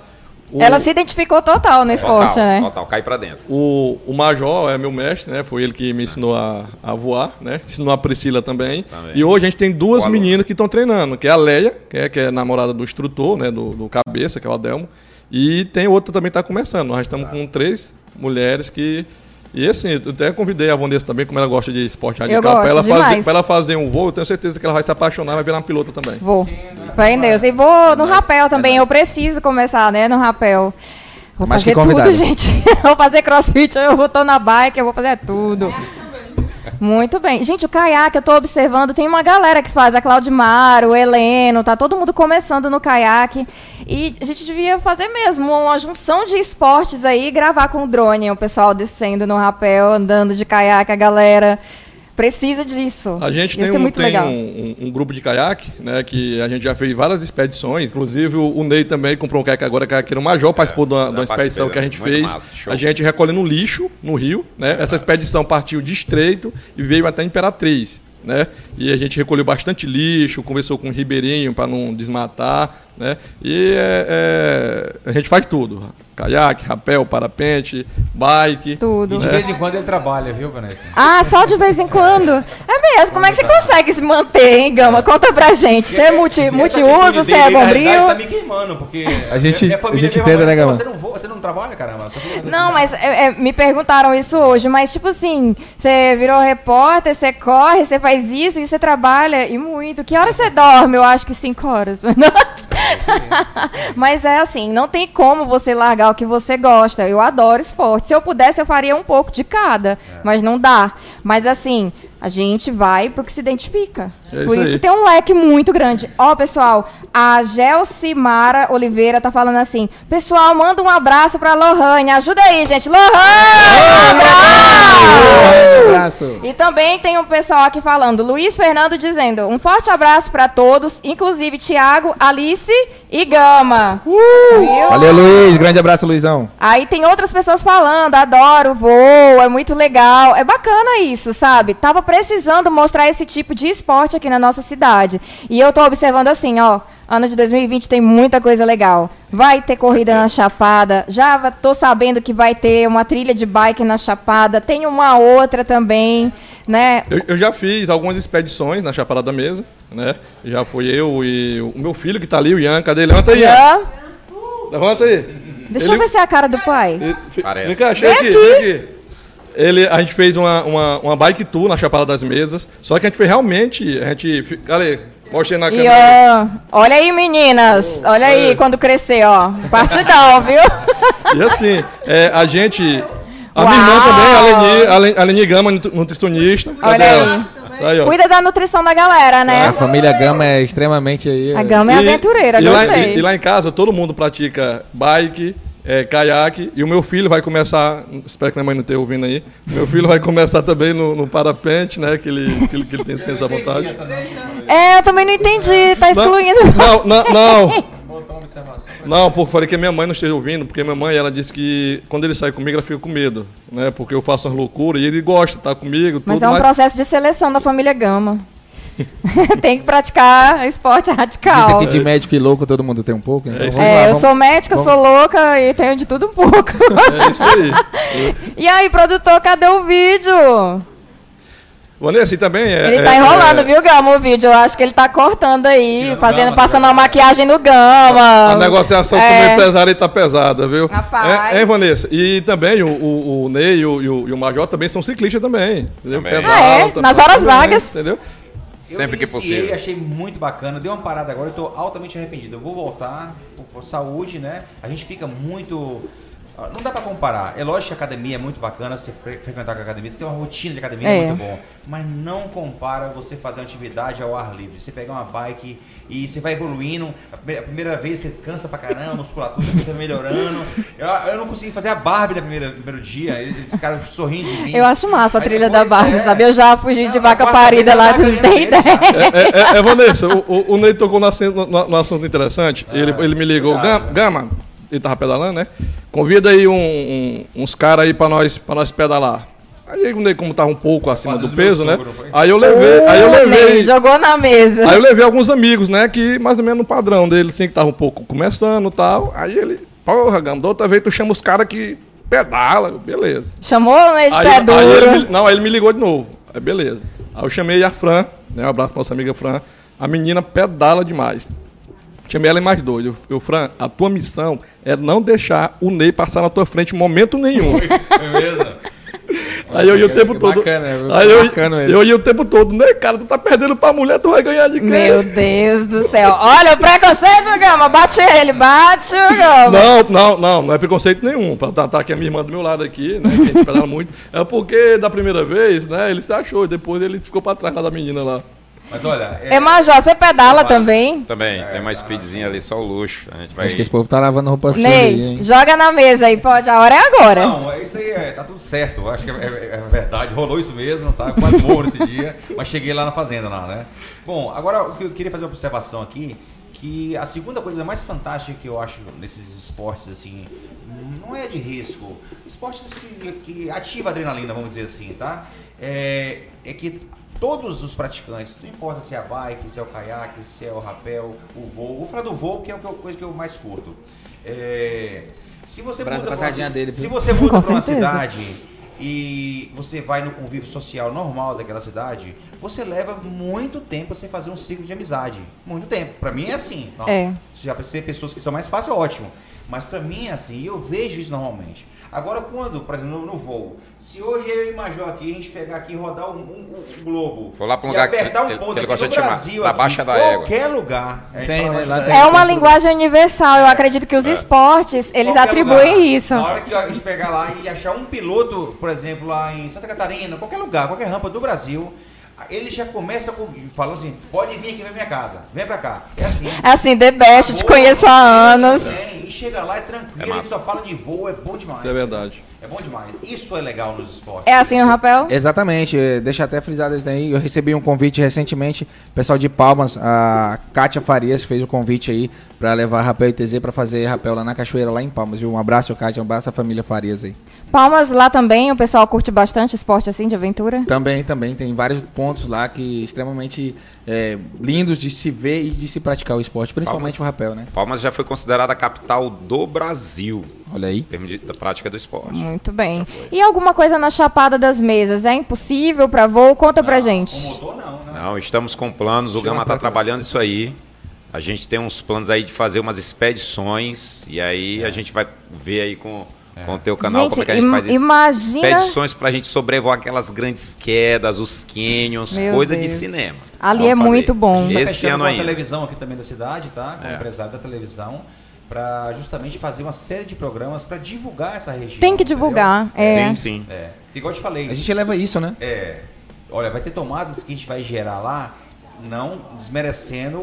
Ela se identificou total no esporte, né? Total, cai pra dentro. O Major é meu mestre, né? Foi ele que me ensinou a voar, né? Ensinou a Priscila também. E hoje a gente tem duas meninas que estão treinando, que é a Leia, que é namorada do instrutor, né? Do cabeça, que é o Adelmo. E tem outra também que está começando. Nós estamos com 3 mulheres que... E assim, eu até convidei a Vanessa também, como ela gosta de esporte radical, para ela fazer um voo. Eu tenho certeza que ela vai se apaixonar e vai virar uma pilota também. Vou. Fé em Deus. E vou no rapel também. Eu preciso começar, né, no rapel. Vou fazer tudo, gente. Vou fazer crossfit, eu vou na bike, eu vou fazer tudo. Muito bem. Gente, o caiaque, eu tô observando, tem uma galera que faz, a Claudimar, o Heleno, tá todo mundo começando no caiaque. E a gente devia fazer mesmo uma junção de esportes aí, gravar com o drone, o pessoal descendo no rapel, andando de caiaque, a galera precisa disso. A gente tem um grupo de caiaque, né, que a gente já fez várias expedições, inclusive o Ney também comprou um caiaque agora, que era o Major, participou de uma expedição que a gente fez, a gente recolhendo lixo no rio, né, essa expedição partiu de Estreito e veio até Imperatriz, né, e a gente recolheu bastante lixo, conversou com o Ribeirinho para não desmatar, né, e a gente faz tudo. Caiaque, rapel, parapente, bike. Tudo. E de vez em quando ele trabalha, viu, Vanessa? Ah, só de vez em quando? É mesmo. Como é que você consegue se manter, hein, Gama? Conta pra gente. Você é multiuso, você é bombril? Tá me queimando, porque a gente entende, né, Gama? Você não trabalha, caramba? Não, mas me perguntaram isso hoje, mas tipo assim, você virou repórter, você corre, você faz isso e você trabalha e muito. Que hora você dorme? Eu acho que 5 horas por noite. Mas é assim, não tem como você largar o que você gosta. Eu adoro esporte. Se eu pudesse, eu faria um pouco de cada. Mas não dá. Mas assim, a gente vai pro que se identifica. Por isso que tem um leque muito grande. Ó, pessoal, a Gelcimara Oliveira tá falando assim: pessoal, manda um abraço pra Lohane. Ajuda aí, gente. Lohane! Um abraço! E também tem um pessoal aqui falando, Luiz Fernando dizendo, um forte abraço pra todos, inclusive Thiago, Alice e Gama. Viu? Valeu, Luiz. Grande abraço, Luizão. Aí tem outras pessoas falando, adoro, voo, é muito legal. É bacana isso, sabe? Tava precisando mostrar esse tipo de esporte aqui na nossa cidade. E eu tô observando assim, ó, ano de 2020 tem muita coisa legal. Vai ter corrida na Chapada, já tô sabendo que vai ter uma trilha de bike na Chapada, tem uma outra também, né? Eu já fiz algumas expedições na Chapada da Mesa, né? Já fui eu e o meu filho que tá ali, o Ian, cadê ele? Levanta aí, Ian. Levanta aí. Deixa eu ver se é a cara do pai. Parece. Vem cá, chega aqui, vem aqui. A gente fez uma bike tour na Chapada das Mesas, só que a gente fez realmente, Cadê? Mostra aí na câmera. E, olha aí, meninas. Olha aí, quando crescer, ó. Partidão, viu? E assim, a gente... A minha irmã também, a Leni Gama, nutricionista. Olha aí. Aí, cuida da nutrição da galera, né? A família Gama é extremamente aí. A Gama é aventureira, gostei. E lá em casa, todo mundo pratica bike, caiaque, e o meu filho vai começar, espero que minha mãe não esteja ouvindo aí, meu filho vai começar também no parapente, né, que ele tem essa vontade. Eu também não entendi, tá excluindo. Não, porque falei que minha mãe não esteja ouvindo, porque minha mãe, ela disse que quando ele sai comigo, ela fica com medo, né, porque eu faço umas loucuras e ele gosta, tá comigo, tudo. Mas é um processo de seleção da família Gama. Tem que praticar esporte radical. Isso aqui de médico e louco todo mundo tem um pouco. Então eu sou médica, sou louca e tenho de tudo um pouco. É isso aí. E aí, produtor, cadê o vídeo? Vanessa, também ele tá enrolando, viu, Gama, o vídeo. Eu acho que ele tá cortando aí, passando a maquiagem no Gama. A negociação também pesada e tá pesada, viu? Rapaz. Vanessa. E também o Ney e o Major também são ciclistas também. Entendeu? Nas horas vagas. Entendeu? Sempre que possível. Eu achei muito bacana. Deu uma parada agora, eu tô altamente arrependido. Eu vou voltar por saúde, né? A gente fica muito... Não dá pra comparar. É lógico que a academia é muito bacana, você frequentar com a academia, você tem uma rotina de academia, é muito bom. Mas não compara você fazer uma atividade ao ar livre. Você pegar uma bike e você vai evoluindo. A primeira vez você cansa pra caramba, a musculatura você vai melhorando. Eu não consegui fazer a Barbie no primeiro dia. Eles ficaram sorrindo de mim. Eu acho massa a trilha da Barbie, sabe? Eu já fugi de vaca parida lá, você não tem ideia. Vanessa, o Ney tocou no assunto interessante. Ele me ligou, Gama, ele tava pedalando, né? Convida aí uns caras aí pra nós pedalar. Aí, como tava um pouco acima do peso, né? Aí eu levei. Jogou na mesa. Aí eu levei alguns amigos, né? Que mais ou menos no padrão dele, assim, que tava um pouco começando e tal. Aí ele Porra, Gama, da outra vez tu chama os caras que pedala, beleza. Chamou, né, de pé duro? Aí ele me ligou de novo. Aí beleza. Aí eu chamei a Fran, né? Um abraço pra nossa amiga Fran. A menina pedala demais. Chamei ela e mais dois. Fran, a tua missão é não deixar o Ney passar na tua frente em momento nenhum. É mesmo? Aí eu ia o tempo todo. Bacana, aí eu ia o tempo todo, né, cara? Tu tá perdendo pra mulher, tu vai ganhar de quem? Meu Deus do céu. Olha o preconceito, Gama. Bate ele, bate o Gama. Não é preconceito nenhum. Tá aqui a minha irmã do meu lado aqui, né? Que a gente pedala muito. É porque da primeira vez, né, ele se achou, depois ele ficou pra trás lá da menina lá. Mas olha... Major, você pedala também? Também, tem uma speedzinha ali, só o luxo. A gente vai... Acho que esse povo tá lavando roupa suja Ney, aí, hein? joga na mesa aí, pode. A hora é agora. Não, isso aí tá tudo certo. Acho que é verdade. Rolou isso mesmo, tá? Quase morro nesse dia, mas cheguei lá na fazenda, lá, né? Bom, agora o que eu queria fazer uma observação aqui, que a segunda coisa mais fantástica que eu acho nesses esportes, assim, não é de risco. Esportes que ativam a adrenalina, vamos dizer assim, tá? É que todos os praticantes, não importa se é a bike, se é o caiaque, se é o rapel, o voo. Vou falar do voo, que é a coisa que eu mais curto. Se você muda para uma cidade e você vai no convívio social normal daquela cidade, você leva muito tempo a você fazer um ciclo de amizade. Muito tempo. Para mim é assim. Se já ser pessoas que são mais fáceis, é ótimo. Mas pra mim é assim, e eu vejo isso normalmente. Agora, quando, por exemplo, no voo, se hoje eu e o Major aqui, a gente pegar aqui e rodar um globo, vou lá pra um lugar apertar que um ponto ele aqui gosta no de chamar, Brasil, da Baixa da Égua, Égua. qualquer lugar. Tem, né? É uma linguagem universal. Eu acredito que os esportes, eles atribuem lugar. isso. Na hora que a gente pegar lá e achar um piloto, por exemplo, lá em Santa Catarina, qualquer lugar, qualquer rampa do Brasil, ele já começa falando assim, pode vir aqui pra minha casa, vem pra cá. É assim. É assim, The Best, te conheço há anos. E chega lá, é tranquilo, ele só fala de voo, é bom demais. Isso é verdade. É bom demais. Isso é legal nos esportes. É assim no rapel? Exatamente. Deixa até frisado isso aí. Eu recebi um convite recentemente, pessoal de Palmas, a Kátia Farias fez o convite aí para levar rapel e TZ para fazer rapel lá na Cachoeira, lá em Palmas. Viu? Um abraço, Kátia, um abraço à família Farias aí. Palmas lá também, o pessoal curte bastante esporte assim, de aventura? Também. Tem vários pontos lá que extremamente lindos de se ver e de se praticar o esporte, principalmente o rapel, né? Palmas já foi considerada a capital do Brasil. Olha aí. Em termos da prática do esporte. Muito bem. E alguma coisa na Chapada das Mesas? É impossível para voo? Conta pra gente. Com motor não. Não, estamos com planos, o Gama está trabalhando isso aí. A gente tem uns planos aí de fazer umas expedições e aí a gente vai ver aí com o teu canal como é que a gente faz isso. Imagina... Expedições pra gente sobrevoar aquelas grandes quedas, os canyons, coisa de cinema. Ali é muito bom. A gente esse tá ano com a ainda. televisão aqui também da cidade, tá? Com o empresário da televisão, para justamente fazer uma série de programas para divulgar essa região. Tem que divulgar, Sim. Igual eu te falei. A gente leva isso, né? Olha, vai ter tomadas que a gente vai gerar lá, não desmerecendo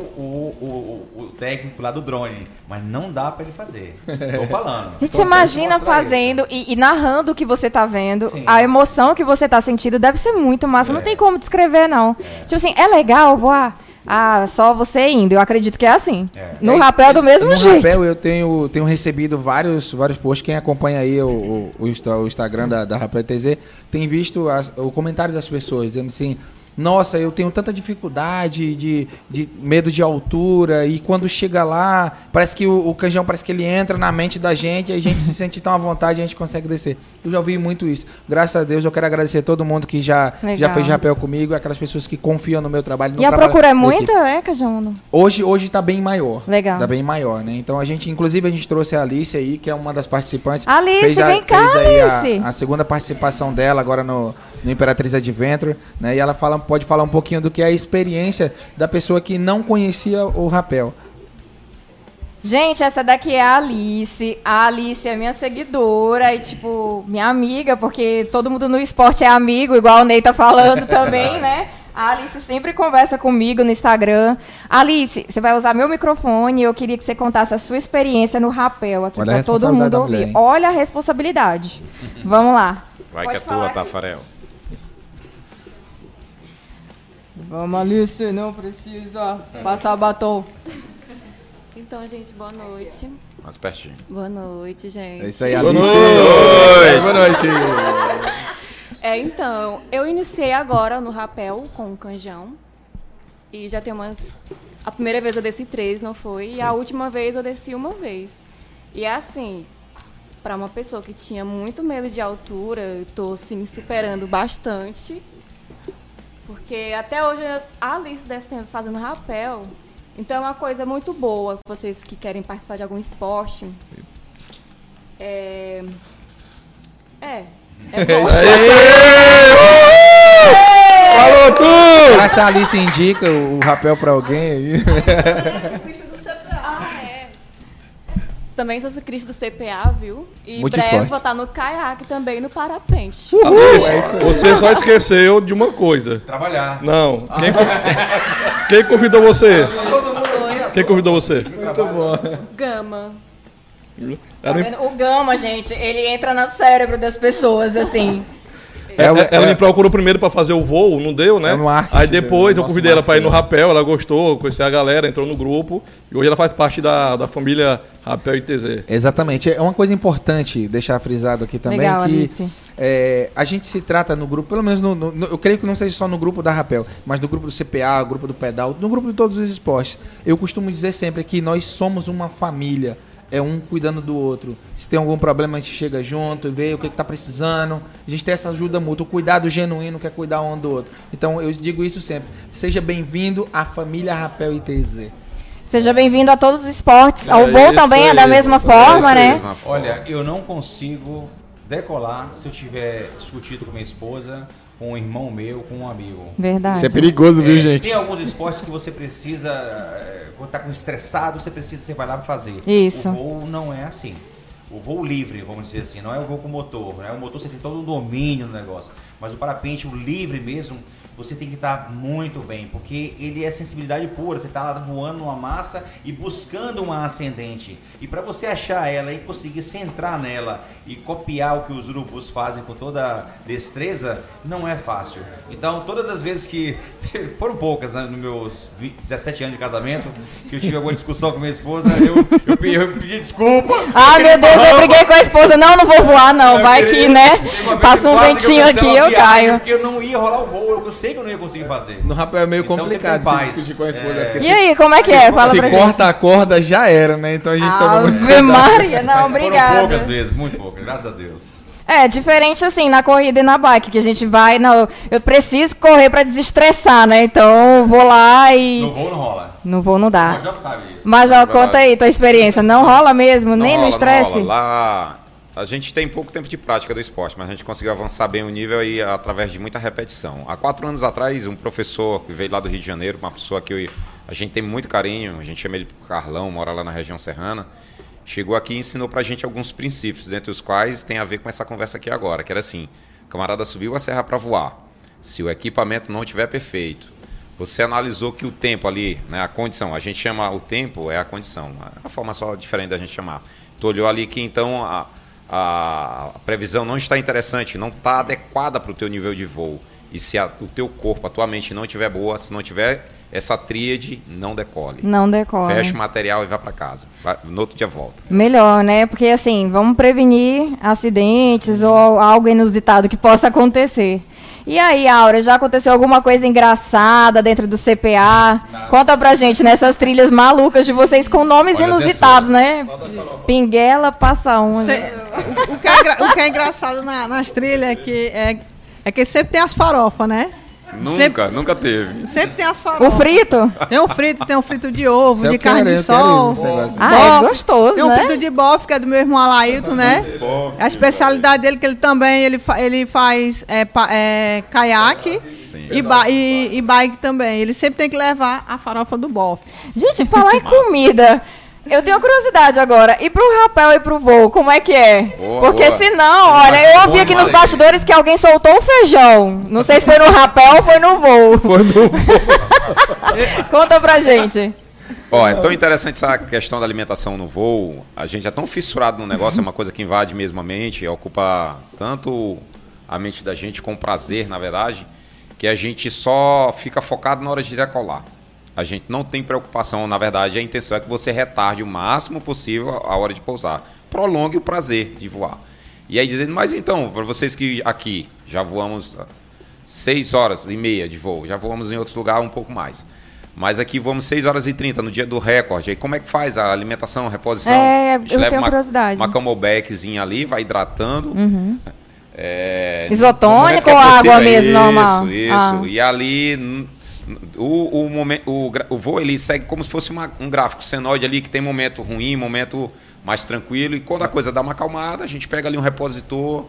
o técnico lá do drone, mas não dá para ele fazer. Tô falando. Você imagina fazendo e narrando o que você tá vendo, a emoção que você tá sentindo deve ser muito massa. Não tem como descrever, não. Tipo assim, é legal voar? Só você indo. Eu acredito que é assim. No rapel do mesmo jeito. No rapel eu tenho recebido vários posts. Quem acompanha aí o Instagram da Rapel TZ tem visto o comentário das pessoas dizendo assim: nossa, eu tenho tanta dificuldade de medo de altura, e quando chega lá, parece que o canjão parece que ele entra na mente da gente, e a gente se sente tão à vontade e a gente consegue descer. Eu já ouvi muito isso. Graças a Deus, eu quero agradecer a todo mundo que já fez rapel comigo, aquelas pessoas que confiam no meu trabalho. E a procura é muita, Cajão? Hoje tá bem maior. Legal. Tá bem maior, né? Então inclusive a gente trouxe a Alice aí, que é uma das participantes. Alice, vem cá, Alice! A segunda participação dela agora no Imperatriz Adventure, né? E ela pode falar um pouquinho do que é a experiência da pessoa que não conhecia o rapel. Gente, essa daqui é a Alice. A Alice é minha seguidora e, tipo, minha amiga, porque todo mundo no esporte é amigo, igual o Ney tá falando também, né? A Alice sempre conversa comigo no Instagram. Alice, você vai usar meu microfone e eu queria que você contasse a sua experiência no rapel aqui para todo mundo ouvir. Mulher, olha a responsabilidade. Vamos lá. Vai que é tua, Tafarel. Vamos, Alice, não precisa passar batom. Então, gente, boa noite. Mais pertinho. Boa noite, gente. É isso aí, Alice. Boa noite. Então, eu iniciei agora no rapel com o canjão. E já tem a primeira vez eu desci 3, não foi? E a última vez eu desci uma vez. E assim, para uma pessoa que tinha muito medo de altura, eu tô assim, me superando bastante. Porque até hoje a Alice descendo, fazendo rapel. Então é uma coisa muito boa. Vocês que querem participar de algum esporte. É bom. Falou tudo! Será que a Alice indica o rapel pra alguém aí? Também sou ciclista do CPA, viu? E Multisport. breve vou estar no caiaque também, no parapente. Você só esqueceu de uma coisa. Trabalhar. Não. Quem convidou você? Quem convidou você? Muito bom. Gama. Tá vendo? O Gama, gente, ele entra no cérebro das pessoas, assim. Ela me procurou primeiro para fazer o voo, não deu, né? Aí depois eu convidei ela para ir no rapel, ela gostou, conheceu a galera, entrou no grupo e hoje ela faz parte da família Rapel ITZ. Exatamente. É uma coisa importante deixar frisado aqui também. Legal, que Alice. a gente se trata no grupo, pelo menos eu creio que não seja só no grupo da Rapel, mas no grupo do CPA, grupo do pedal, no grupo de todos os esportes. Eu costumo dizer sempre que nós somos uma família. É um cuidando do outro. Se tem algum problema, a gente chega junto e vê o que está precisando. A gente tem essa ajuda mútua. O cuidado genuíno que é cuidar um do outro. Então, eu digo isso sempre. Seja bem-vindo à família Rapel ITZ. Seja bem-vindo a todos os esportes. Ao voo também é da mesma forma, né? Olha, eu não consigo decolar se eu tiver discutido com minha esposa, com um irmão meu, com um amigo. Verdade. Isso é perigoso, viu, gente? Tem alguns esportes que você precisa, quando tá com estressado, você vai lá pra fazer. Isso. O voo não é assim. O voo livre, vamos dizer assim, não é o voo com motor, né? O motor você tem todo um domínio no negócio. Mas o parapente, o livre mesmo, você tem que estar muito bem, porque ele é sensibilidade pura. Você está lá voando numa massa e buscando uma ascendente. E para você achar ela e conseguir centrar nela e copiar o que os urubus fazem com toda destreza, não é fácil. Então, todas as vezes que... Foram poucas, né, nos meus 17 anos de casamento, que eu tive alguma discussão com minha esposa, eu pedi desculpa. Ah, meu Deus, eu briguei com a esposa. Não vou voar, não. Vai que, né? Passa um ventinho aqui e eu caio. Porque eu não ia rolar o voo, eu sei que eu não ia conseguir fazer. No rapel é meio Então, complicado tem se discutir com a esposa. E aí, como é que é? Fala pra gente. Se corta a corda, já era, né? Então a gente toma muito cuidado. Maria, não, Mas obrigada. foram poucas vezes, muito poucas, graças a Deus. É, diferente assim, na corrida e na bike, que a gente vai, não, eu preciso correr pra desestressar, né? Então, vou lá e... No voo não rola. No voo não dá. Mas já sabe isso. Mas já conta aí tua experiência, não rola mesmo, nem no estresse? Não rola. Lá, a gente tem pouco tempo de prática do esporte, mas a gente conseguiu avançar bem o nível aí através de muita repetição. Há 4 anos atrás, um professor que veio lá do Rio de Janeiro, uma pessoa que a gente tem muito carinho, a gente chama ele de Carlão, mora lá na região serrana, chegou aqui e ensinou pra gente alguns princípios, dentre os quais tem a ver com essa conversa aqui agora, que era assim: o camarada subiu a serra para voar, se o equipamento não estiver perfeito, você analisou que o tempo ali, né, a condição, a gente chama o tempo, é a condição, a forma só diferente da gente chamar. Tu olhou ali que então a previsão não está interessante, não está adequada para o teu nível de voo. E se o teu corpo, a tua mente não estiver boa, se não tiver essa tríade, não decole. Não decole. Fecha o material e vá para casa. No outro dia volta. Melhor, né? Porque assim, vamos prevenir acidentes ou algo inusitado que possa acontecer. E aí, Áurea, já aconteceu alguma coisa engraçada dentro do CPA? Nada. Conta pra gente nessas trilhas malucas de vocês com nomes inusitados, né? Pinguela, passa onde? O que é engraçado nas trilhas é que sempre tem as farofas, né? Nunca teve. Sempre tem as farofas. O frito? Tem um frito de ovo, de carne de sol. É gostoso, tem um frito de bofe, que é do meu irmão Alailton, né? A especialidade dele, que ele também ele faz caiaque e bike também. Ele sempre tem que levar a farofa do bofe. Gente, falar em comida... Eu tenho curiosidade agora. E pro rapel e pro voo, como é que é? Porque senão, olha, eu ouvi aqui nos bastidores que alguém soltou o feijão. Não sei se foi no rapel ou foi no voo. Foi no voo. Conta pra gente. É tão interessante essa questão da alimentação no voo. A gente é tão fissurado no negócio, é uma coisa que invade mesmo a mente, ocupa tanto a mente da gente com prazer, na verdade, que a gente só fica focado na hora de decolar. A gente não tem preocupação, na verdade, a intenção é que você retarde o máximo possível a hora de pousar. Prolongue o prazer de voar. E aí dizendo, mas então, para vocês que aqui já voamos 6 horas e meia de voo, já voamos em outros lugares um pouco mais. Mas aqui vamos 6h30 no dia do recorde. Aí como é que faz a alimentação, a reposição? Eu tenho curiosidade. Uma camelbackzinha ali, vai hidratando. Isotônico ou água mesmo, normal? Isso. E ali o voo ele segue como se fosse um gráfico senoide ali, que tem momento ruim, momento mais tranquilo. E quando a coisa dá uma acalmada, a gente pega ali um repositor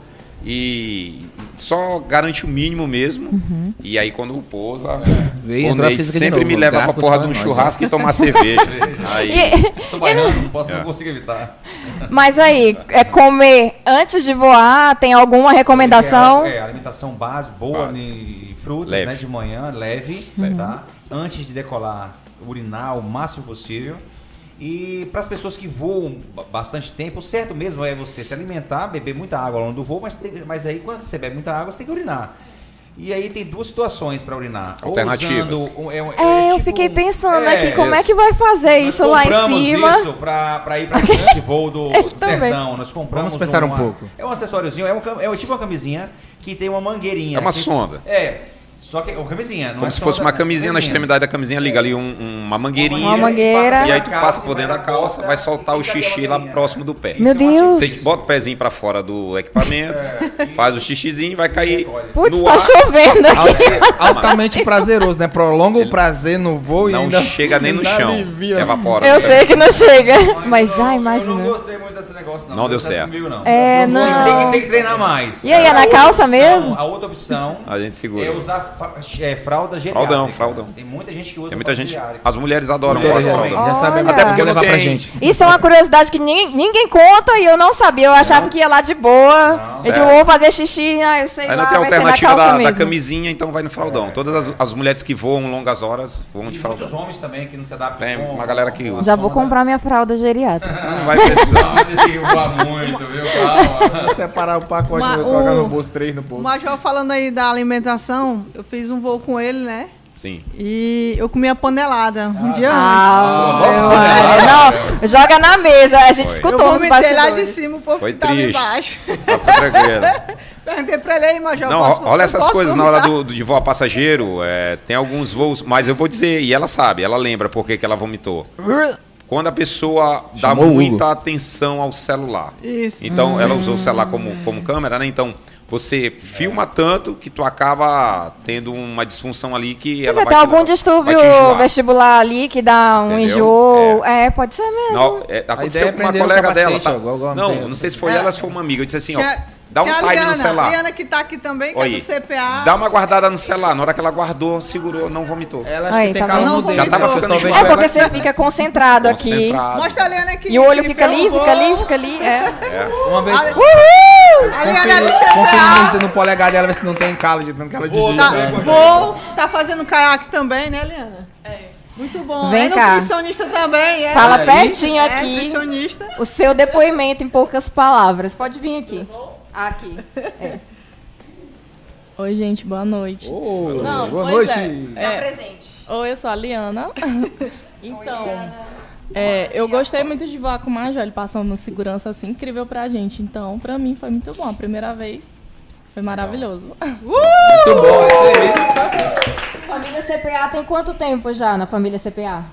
e só garante o mínimo mesmo. E aí quando pousa, o Ney sempre me leva pra porra de um churrasco e tomar cerveja. Aí, sou baiano, não consigo evitar. Mas aí, comer antes de voar, tem alguma recomendação? Alimentação base, boa, frutas, né, de manhã, leve, tá? Antes de decolar, urinar o máximo possível. E para as pessoas que voam bastante tempo, o certo mesmo é você se alimentar, beber muita água ao longo do voo, mas aí quando você bebe muita água, você tem que urinar. E aí tem duas situações para urinar. Alternativas. Eu fiquei pensando aqui, como é que vai fazer isso lá em cima? Isso para ir para o voo do sertão. Nós compramos. Vamos pensar um pouco. É um acessóriozinho, é tipo uma camisinha que tem uma mangueirinha. É uma sonda. Só que uma camisinha, não como se fosse uma camisinha, na extremidade da camisinha liga ali uma mangueirinha. Uma mangueira. E aí tu passa por dentro da calça, vai soltar o xixi lá próximo do pé. Meu Deus. Você bota o pezinho pra fora do equipamento, faz o xixizinho, vai cair. Putz, tá chovendo aqui. Altamente prazeroso, né? Prolonga o prazer no voo e não ainda chega nem no chão. Evapora. Eu sei que não chega, mas já imagina. Eu não gostei muito desse negócio, não. Não deu certo. Comigo, não. Não. Tem que treinar mais. E aí, é na calça mesmo? A outra opção a gente segura. É usar fralda geriátrica. Fraldão. Tem muita gente que usa. Tem muita gente. As mulheres adoram fralda. Já sabe até porque levar pra gente. Isso é uma curiosidade que ninguém conta e eu não sabia. Eu achava que ia lá de boa. Eu vou fazer xixi, eu sei lá, vai tem a ser na calça alternativa da mesmo. camisinha, então vai no fraldão. Todas as mulheres que voam longas horas voam de fraldão. Muitos homens também que não se adaptam. Tem uma galera que usa. Já vou comprar minha fralda geriátrica. Não vai precisar. Você tem que voar muito, viu? Calma. Separar o pacote e colocar no bolso 3 no bolso. O Major falando aí da alimentação, eu fiz um voo com ele, né? Sim. E eu comi a panelada um dia antes. Não, joga na mesa. A gente escutou os bastidores. Eu lá de cima, o povo foi que tava triste. embaixo. Perguntei pra ele aí, Major. Não, olha essas coisas na hora de voar passageiro. Tem alguns voos, mas eu vou dizer, e ela sabe, ela lembra por que ela vomitou. Quando a pessoa dá muita atenção ao celular. Isso. Então, ela usou o celular como câmera, né? Então, você filma tanto que tu acaba tendo uma disfunção ali que ela vai tem algum distúrbio vestibular ali que dá um enjoo. Pode ser mesmo. Não, aconteceu com uma colega dela. Não sei se foi ela ou se foi uma amiga. Eu disse assim, dá um time no celular. A Liana que tá aqui também, que é do CPA. Dá uma guardada no celular. Na hora que ela guardou, segurou, não vomitou. Ela acho que tem calor no dedo. Já tava ficando porque você fica concentrado aqui. Mostra a Liana aqui. E o olho fica ali. Uma vez. A Liana é do CPA. No polegar dela, ver se não tem calo de tanto que ela digita. Tá fazendo caiaque também, né, Liana? Muito bom. Vem cá. Nutricionista também. Fala pertinho aqui. Nutricionista. O seu depoimento em poucas palavras. Pode vir aqui. Aqui. Oi, gente, boa noite. Boa noite. Presente. Oi, eu sou a Liana. Então, eu gostei muito de voar com o Major, ele passando uma segurança assim incrível pra gente. Então, pra mim foi muito bom. A primeira vez foi maravilhoso. Muito bom. Família CPA tem quanto tempo já na família CPA?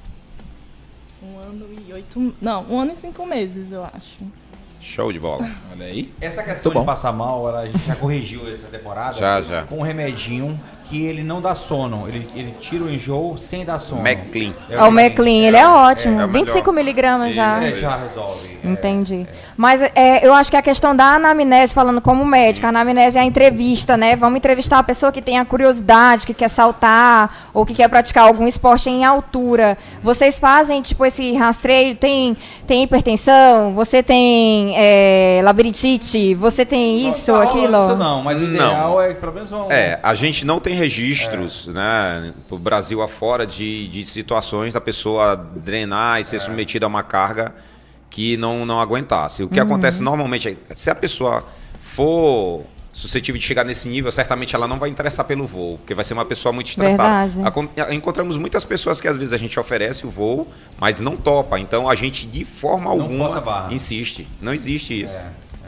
1 ano e 5 meses, eu acho. Show de bola. Olha aí. Essa questão de passar mal, a gente já corrigiu essa temporada. Já. Com um remedinho que ele não dá sono. Ele tira o enjoo sem dar sono. Meclin. O Meclin, ele é ótimo. 25 miligramas já. Já resolve. Entendi. Mas eu acho que a questão da anamnese, falando como médica, a anamnese é a entrevista, né? Vamos entrevistar a pessoa que tem a curiosidade, que quer saltar ou que quer praticar algum esporte em altura. Vocês fazem, tipo, esse rastreio? Tem hipertensão? Você tem labirintite? Você tem isso, aquilo? Isso não, mas o ideal é que pelo menos a gente não tem registros, né, pro Brasil afora de situações da pessoa drenar e ser submetida a uma carga que não aguentasse. O que acontece normalmente é, se a pessoa for suscetível de chegar nesse nível, certamente ela não vai interessar pelo voo, porque vai ser uma pessoa muito estressada. Encontramos muitas pessoas que às vezes a gente oferece o voo, mas não topa. Então a gente de forma alguma insiste. Não existe isso.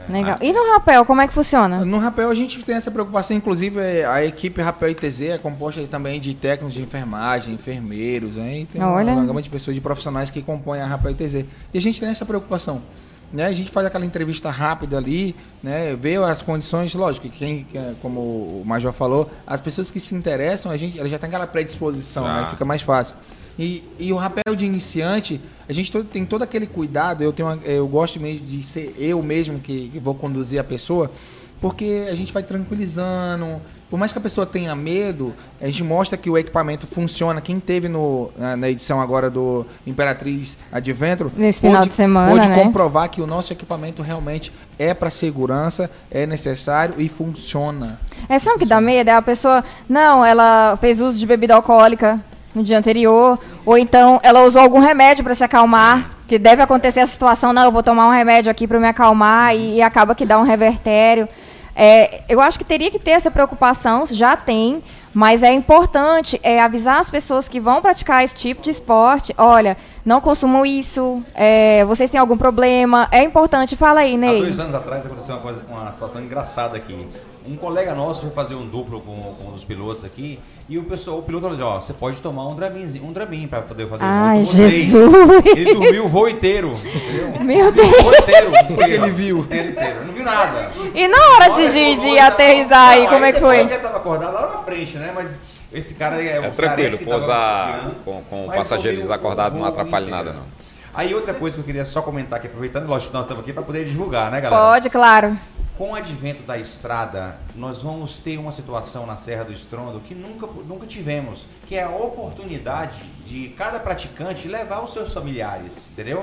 Legal. E no rapel, como é que funciona? No rapel a gente tem essa preocupação, inclusive a equipe Rapel ITZ é composta também de técnicos de enfermagem, enfermeiros, né? E tem uma gama de pessoas, de profissionais que compõem a Rapel ITZ. E a gente tem essa preocupação. Né? A gente faz aquela entrevista rápida ali, né? Vê as condições, lógico, que como o Major falou, as pessoas que se interessam, ela já tem aquela predisposição, né? Fica mais fácil. E o rapel de iniciante, a gente tem todo aquele cuidado, eu gosto mesmo de ser eu mesmo que vou conduzir a pessoa, porque a gente vai tranquilizando. Por mais que a pessoa tenha medo, a gente mostra que o equipamento funciona. Quem teve na edição agora do Imperatriz Adventro, nesse final de semana, pode comprovar que o nosso equipamento realmente é para segurança, é necessário e funciona. Sabe o que dá medo? É a pessoa, ela fez uso de bebida alcoólica no dia anterior, ou então ela usou algum remédio para se acalmar, que deve acontecer a situação, eu vou tomar um remédio aqui para me acalmar e acaba que dá um revertério. Eu acho que teria que ter essa preocupação, já tem, mas é importante avisar as pessoas que vão praticar esse tipo de esporte, olha, não consumam isso, vocês têm algum problema, é importante, fala aí, Ney. Há 2 anos atrás aconteceu uma situação engraçada aqui. Um colega nosso foi fazer um duplo com um dos pilotos aqui, e o piloto falou, você pode tomar um Dramin para poder fazer o voo. Jesus! Ele dormiu o voo inteiro, entendeu? Meu Deus! O voo inteiro. Ele viu. Ele inteiro, não viu nada. E na hora de aterrissar aí, como é que foi? Eu já estava acordado lá na frente, né? Mas esse cara é tranquilo, pousar com passageiros desacordados não atrapalha nada, não. Aí outra coisa que eu queria só comentar aqui, aproveitando, lógico que nós estamos aqui para poder divulgar, né, galera? Pode, claro. Com o advento da estrada, nós vamos ter uma situação na Serra do Estrondo que nunca tivemos, que é a oportunidade de cada praticante levar os seus familiares, entendeu?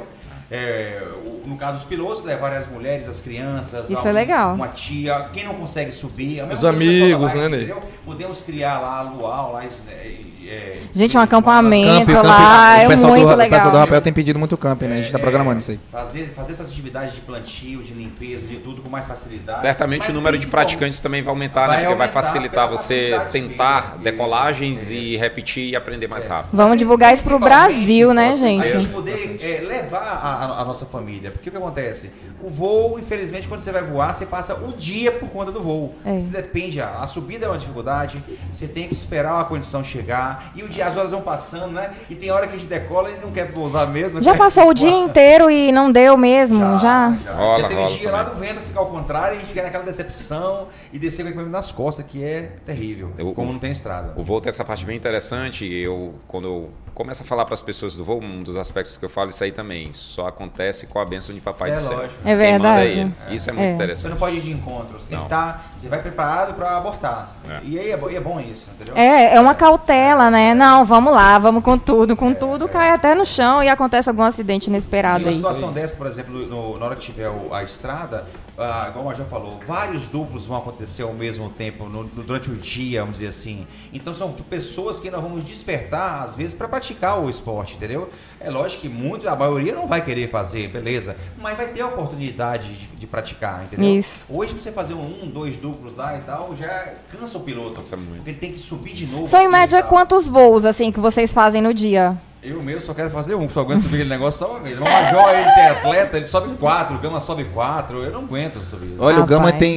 No caso dos pilotos, levarem as mulheres, as crianças, isso é legal. Uma tia, quem não consegue subir, os amigos, né, Ney? Podemos criar lá luau, lá gente, um acampamento lá, é muito legal. O pessoal do rapel tem pedido muito camping, né? A gente está programando isso aí. Fazer essas atividades de plantio, de limpeza, de tudo com mais facilidade. Certamente o número de praticantes também vai aumentar, né? Porque vai facilitar você tentar decolagens e repetir e aprender mais rápido. Vamos divulgar isso pro Brasil, né, gente? A gente poder levar a nossa família. Porque o que acontece? O voo, infelizmente, quando você vai voar, você passa o dia por conta do voo. Você depende, a subida é uma dificuldade, você tem que esperar uma condição chegar, e as horas vão passando, né? E tem hora que a gente decola e não quer pousar mesmo. Já passou o dia inteiro e não deu mesmo? Já teve dia lá do vento ficar ao contrário, e a gente fica naquela decepção e descer com o equipamento nas costas, que é terrível, como não tem estrada. O voo tem essa parte bem interessante, quando eu começo a falar para as pessoas do voo, um dos aspectos que eu falo, isso aí também, só acontece com a bênção de Papai do Céu. Lógico. É verdade. Isso é muito interessante. Você não pode ir de encontro, você tem que estar, você vai preparado para abortar. E aí é bom isso, entendeu? É uma cautela, né? Não, vamos lá, vamos com tudo cai até no chão e acontece algum acidente inesperado aí. Uma situação dessa, por exemplo, na hora que tiver a estrada, igual o Major falou, vários duplos vão acontecer ao mesmo tempo, durante o dia, vamos dizer assim. Então são pessoas que nós vamos despertar, às vezes, para praticar o esporte, entendeu? É lógico que a maioria não vai querer fazer, beleza, mas vai ter a oportunidade de praticar, entendeu? Isso. Hoje, pra você fazer 2 duplos lá e tal, já cansa o piloto, porque ele tem que subir de novo. Só em média quantos voos, assim, que vocês fazem no dia? Eu mesmo só quero fazer só aguento subir aquele negócio só uma vez. O Major, ele tem atleta, ele sobe 4, o Gama sobe 4, eu não aguento subir. Olha, o Gama tem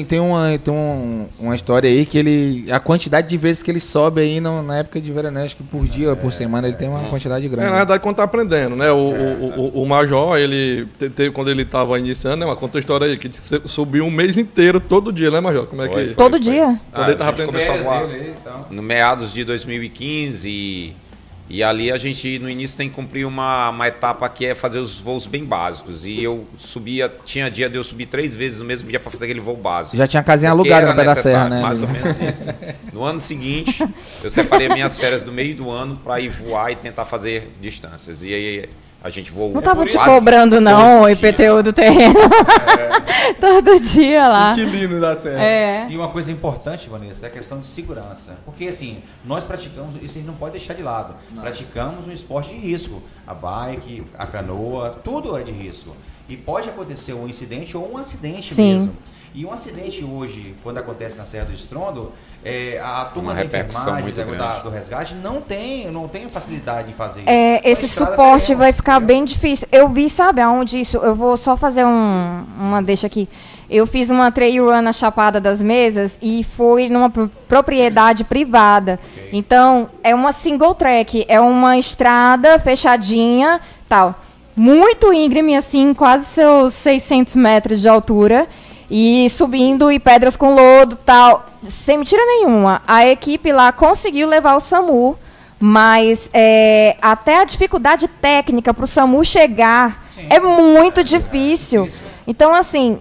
uma história aí que a quantidade de vezes que ele sobe aí na época de verão, acho que por dia, por semana, ele tem uma quantidade grande. Na verdade, quando tá aprendendo, né? O Major, ele quando ele tava iniciando, né? Conta a história aí, que subiu um mês inteiro, todo dia, né, Major? Como é que... Todo dia? Quando ele tava aprendendo. No meados de 2015... E ali a gente, no início, tem que cumprir uma etapa que é fazer os voos bem básicos. E eu tinha dia de eu subir 3 vezes no mesmo dia para fazer aquele voo básico. Já tinha casinha alugada no pé da serra, né? Mais ou menos isso. No ano seguinte, eu separei minhas férias do meio do ano para ir voar e tentar fazer distâncias. E aí a gente voou. Não tava te cobrando, não, o IPTU do terreno. Todo dia lá. Que lindo da serra. E uma coisa importante, Vanessa, é a questão de segurança. Porque, assim, nós praticamos, isso a gente não pode deixar de lado. Praticamos um esporte de risco. A bike, a canoa, tudo é de risco. E pode acontecer um incidente ou um acidente mesmo. E um acidente hoje, quando acontece na Serra do Estrondo, a turma da enfermagem, do resgate, não tem facilidade em fazer isso. Esse suporte vai ficar bem difícil. Eu vi, sabe aonde isso? Eu vou só fazer uma deixa aqui. Eu fiz uma trail run na Chapada das Mesas e foi numa propriedade privada. Okay. Então, é uma single track, é uma estrada fechadinha, tal. Muito íngreme, assim, quase seus 600 metros de altura. E subindo e pedras com lodo, tal. Sem mentira nenhuma. A equipe lá conseguiu levar o SAMU, mas até a dificuldade técnica para o SAMU chegar é muito difícil. Então, assim,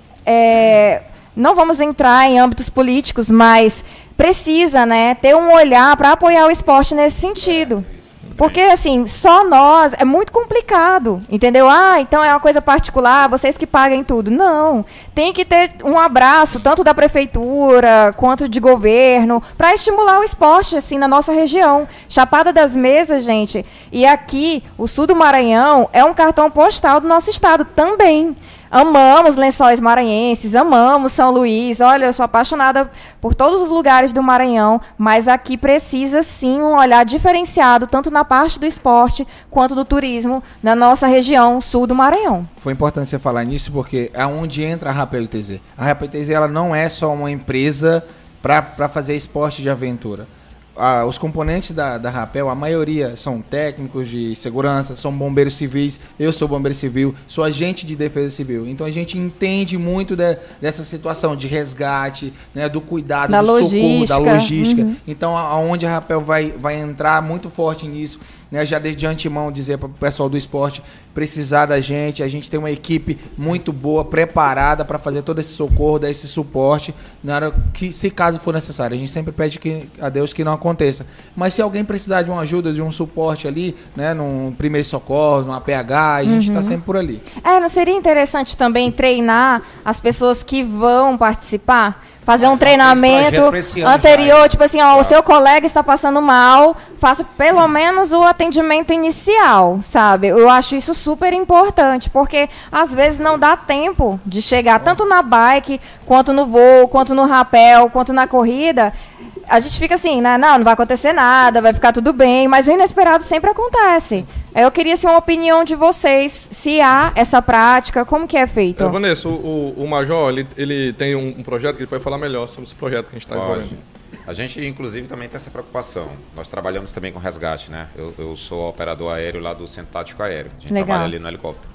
não vamos entrar em âmbitos políticos, mas precisa, né, ter um olhar para apoiar o esporte nesse sentido. Porque, assim, só nós, é muito complicado, entendeu? Então é uma coisa particular, vocês que paguem tudo. Não, tem que ter um abraço, tanto da prefeitura, quanto de governo, para estimular o esporte, assim, na nossa região. Chapada das Mesas, gente, e aqui, o sul do Maranhão, é um cartão postal do nosso estado também. Amamos Lençóis Maranhenses, amamos São Luís. Olha, eu sou apaixonada por todos os lugares do Maranhão, mas aqui precisa sim um olhar diferenciado, tanto na parte do esporte quanto do turismo, na nossa região sul do Maranhão. Foi importante você falar nisso, porque é onde entra a Rapel ITZ. A Rapel ITZ, ela não é só uma empresa para fazer esporte de aventura. Os componentes da Rapel, a maioria são técnicos de segurança, são bombeiros civis. Eu sou bombeiro civil, sou agente de defesa civil. Então a gente entende muito dessa situação de resgate, né, do cuidado, do socorro, da logística. Uhum. Então aonde a Rapel vai entrar muito forte nisso, né, já desde antemão dizer para o pessoal do esporte precisar da gente. A gente tem uma equipe muito boa, preparada para fazer todo esse socorro, dar esse suporte na hora que, se caso for necessário. A gente sempre pede a Deus que não aconteça. Mas se alguém precisar de uma ajuda, de um suporte ali, né, num primeiro socorro, numa APH, a gente está sempre por ali. Não seria interessante também treinar as pessoas que vão participar? Fazer um treinamento anterior, tipo assim, o seu colega está passando mal, faça pelo menos o atendimento inicial, sabe? Eu acho isso super importante, porque às vezes não dá tempo de chegar tanto na bike, quanto no voo, quanto no rapel, quanto na corrida. A gente fica assim, né? Não vai acontecer nada, vai ficar tudo bem, mas o inesperado sempre acontece. Eu queria uma opinião de vocês, se há essa prática, como que é feito? Vanessa, o Major, ele tem um projeto que ele vai falar melhor sobre esse projeto que a gente está envolvendo. A gente, inclusive, também tem essa preocupação. Nós trabalhamos também com resgate, né? Eu sou operador aéreo lá do Centro Tático Aéreo. A gente trabalha ali no helicóptero.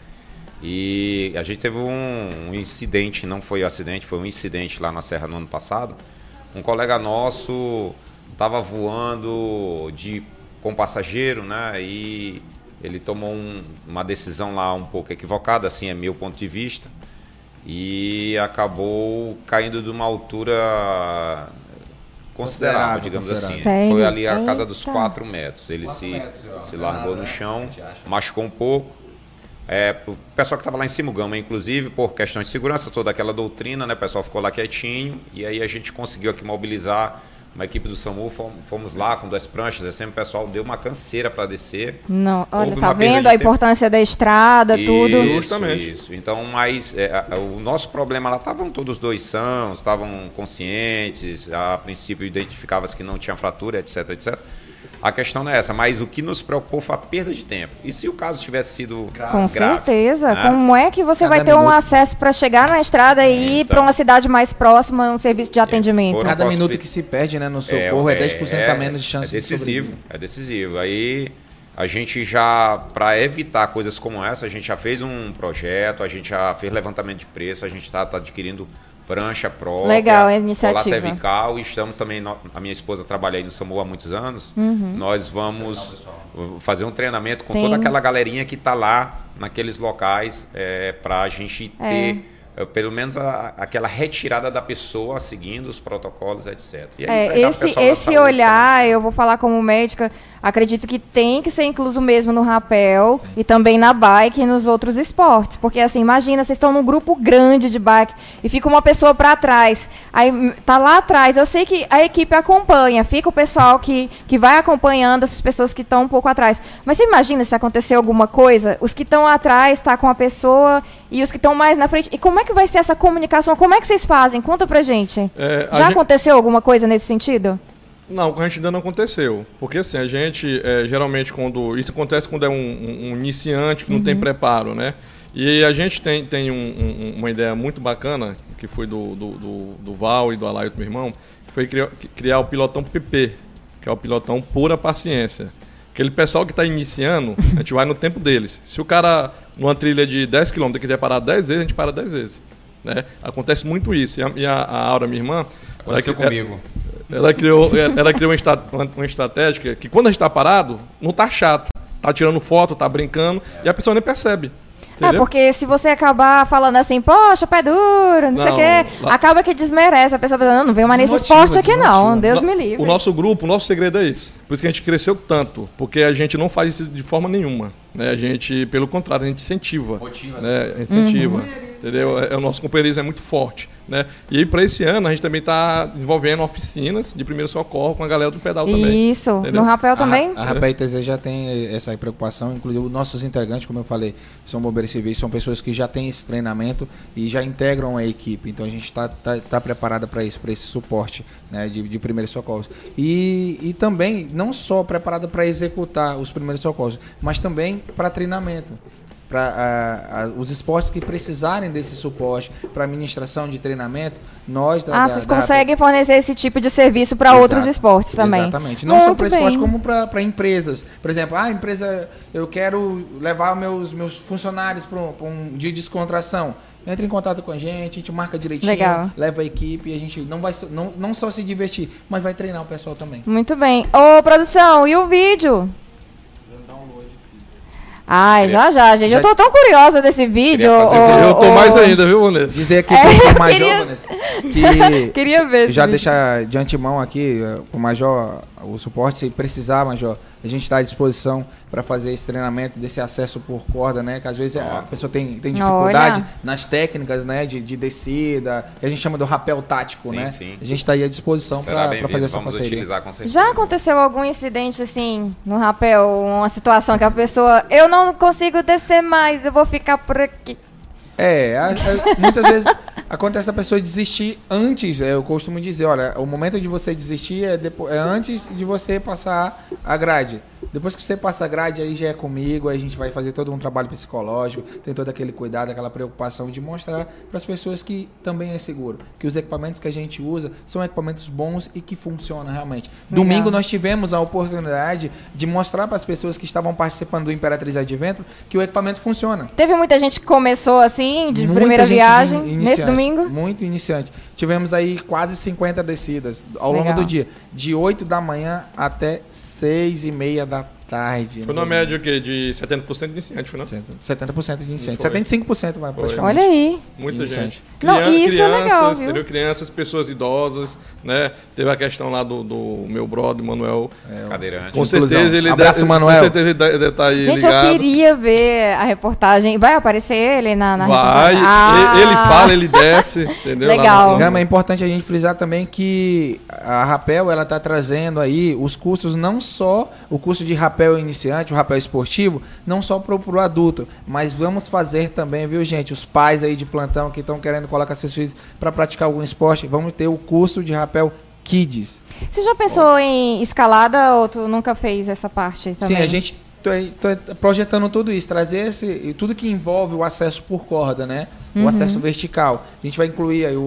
E a gente teve um incidente, não foi um acidente, foi um incidente lá na Serra no ano passado. Um colega nosso estava voando com passageiro, né? E ele tomou uma decisão lá um pouco equivocada, assim, é meu ponto de vista, e acabou caindo de uma altura considerável, digamos assim. Sério? Foi ali a casa dos 4 metros. Ele se largou no chão, machucou um pouco. O pessoal que estava lá em cima, o Gama, inclusive, por questão de segurança, toda aquela doutrina, né? O pessoal ficou lá quietinho, e aí a gente conseguiu aqui mobilizar uma equipe do SAMU, fomos lá com 2 pranchas, sempre o pessoal deu uma canseira para descer. Não, olha, tá vendo a importância da estrada, tudo? Justamente. Isso. Então, mas o nosso problema lá, estavam todos 2 sãos, estavam conscientes, a princípio identificava-se que não tinha fratura, etc, etc. A questão não é essa, mas o que nos preocupou foi a perda de tempo. E se o caso tivesse sido grave? Com certeza. Né? Como é que você vai ter um acesso para chegar na estrada e ir para uma cidade mais próxima, um serviço de atendimento? Cada minuto que se perde, né, no socorro é 10% a menos de chance de sobreviver. É decisivo. Aí a gente já, para evitar coisas como essa, a gente já fez um projeto, a gente já fez levantamento de preço, a gente está adquirindo prancha própria, legal, a iniciativa. Colar cervical, e estamos também, a minha esposa trabalha aí no SAMU há muitos anos, nós vamos fazer um treinamento com toda aquela galerinha que está lá naqueles locais, para a gente ter pelo menos aquela retirada da pessoa seguindo os protocolos, etc. E aí, esse olhar, eu vou falar como médica, acredito que tem que ser incluso mesmo no rapel e também na bike e nos outros esportes. Porque, assim, imagina, vocês estão num grupo grande de bike e fica uma pessoa para trás. Aí tá lá atrás, eu sei que a equipe acompanha, fica o pessoal que vai acompanhando essas pessoas que estão um pouco atrás. Mas você imagina se acontecer alguma coisa, os que estão atrás tá com a pessoa e os que estão mais na frente. E como é que vai ser essa comunicação? Como é que vocês fazem? Conta pra gente. Já aconteceu alguma coisa nesse sentido? Não, com a gente ainda não aconteceu. Porque assim, a gente, geralmente, isso acontece quando é um iniciante que não tem preparo, né? E a gente tem uma ideia muito bacana, que foi do Val e do Alailton, meu irmão, que foi criar o pilotão PP, que é o pilotão pura paciência. Aquele pessoal que está iniciando, a gente vai no tempo deles. Se o cara, numa trilha de 10 km, quiser parar 10 vezes, a gente para 10 vezes. Né? Acontece muito isso. E a Aura, minha irmã... comigo. Ela criou uma estratégia que quando a gente está parado, não está chato. Tá tirando foto, tá brincando, e a pessoa nem percebe. Entendeu? Porque se você acabar falando assim, poxa, pé duro, não sei o quê, acaba que desmerece. A pessoa pensa, não venho mais nesse esporte aqui não, Deus me livre. O nosso grupo, o nosso segredo é esse. Por isso que a gente cresceu tanto, porque a gente não faz isso de forma nenhuma. Né? A gente, pelo contrário, a gente incentiva. Motiva. Né? Incentiva. Entendeu? O nosso companheirismo é muito forte. Né? E aí, para esse ano, a gente também está desenvolvendo oficinas de primeiro socorro com a galera do pedal também. Isso, entendeu? No rapel também. A Rapel ITZ já tem essa preocupação, inclusive os nossos integrantes, como eu falei, são bombeiros civis, são pessoas que já têm esse treinamento e já integram a equipe. Então a gente está preparado para isso, para esse suporte, né, de primeiros socorros. E também, não só preparado para executar os primeiros socorros, mas também para treinamento. Para os esportes que precisarem desse suporte para administração de treinamento, nós vocês conseguem fornecer esse tipo de serviço para outros esportes também. Exatamente. Não só para esportes, como para empresas. Por exemplo, empresa, eu quero levar meus funcionários para um dia de descontração. Entre em contato com a gente marca direitinho, leva a equipe e a gente não só se divertir, mas vai treinar o pessoal também. Muito bem. Ô, produção, e o vídeo? Já, gente. Eu tô tão curiosa desse vídeo. Eu tô mais ainda, viu, Vanessa? Dizer aqui pro Major, Vanessa, que queria ver. Já deixar de antemão aqui pro Major o suporte, se precisar, Major, a gente está à disposição para fazer esse treinamento desse acesso por corda, né? Que às vezes a pessoa tem dificuldade nas técnicas, né? De descida, que a gente chama do rapel tático, né? Sim. A gente está aí à disposição para fazer essa parceria. Já aconteceu algum incidente assim no rapel, uma situação que a pessoa, eu não consigo descer mais, eu vou ficar por aqui? Muitas vezes acontece a pessoa desistir antes, eu costumo dizer, olha, o momento de você desistir é antes de você passar a grade. Depois que você passa a grade, aí já é comigo, aí a gente vai fazer todo um trabalho psicológico, tem todo aquele cuidado, aquela preocupação de mostrar para as pessoas que também é seguro, que os equipamentos que a gente usa são equipamentos bons e que funcionam realmente. Legal. Domingo nós tivemos a oportunidade de mostrar para as pessoas que estavam participando do Imperatriz Adventure que o equipamento funciona. Teve muita gente que começou assim, de primeira viagem, nesse domingo? Muito iniciante. Tivemos aí quase 50 descidas ao longo do dia. De 8 da manhã até 6h30 da tarde. Foi na média o quê? De 70% de iniciante, foi não? 70% de iniciante. 75% vai praticamente. Olha aí. Muita gente. Isso é legal, viu? Entendeu? Crianças, pessoas idosas, né? Teve a questão lá do meu brother, Manuel. Cadeirante. Com certeza ele Abraço, Manuel. Com certeza ele deve estar aí gente, ligado. Eu queria ver a reportagem. Vai aparecer ele na reportagem? Ele fala, ele desce, entendeu? Legal. É importante a gente frisar também que a Rapel, ela está trazendo aí os cursos, não só o curso de rapel iniciante, o rapel esportivo, não só para o adulto, mas vamos fazer também, viu, gente, os pais aí de plantão que estão querendo colocar seus filhos para praticar algum esporte, vamos ter o curso de rapel Kids. Você já pensou em escalada ou tu nunca fez essa parte também? Sim, a gente está projetando tudo isso, trazer tudo que envolve o acesso por corda, né? O acesso vertical. A gente vai incluir aí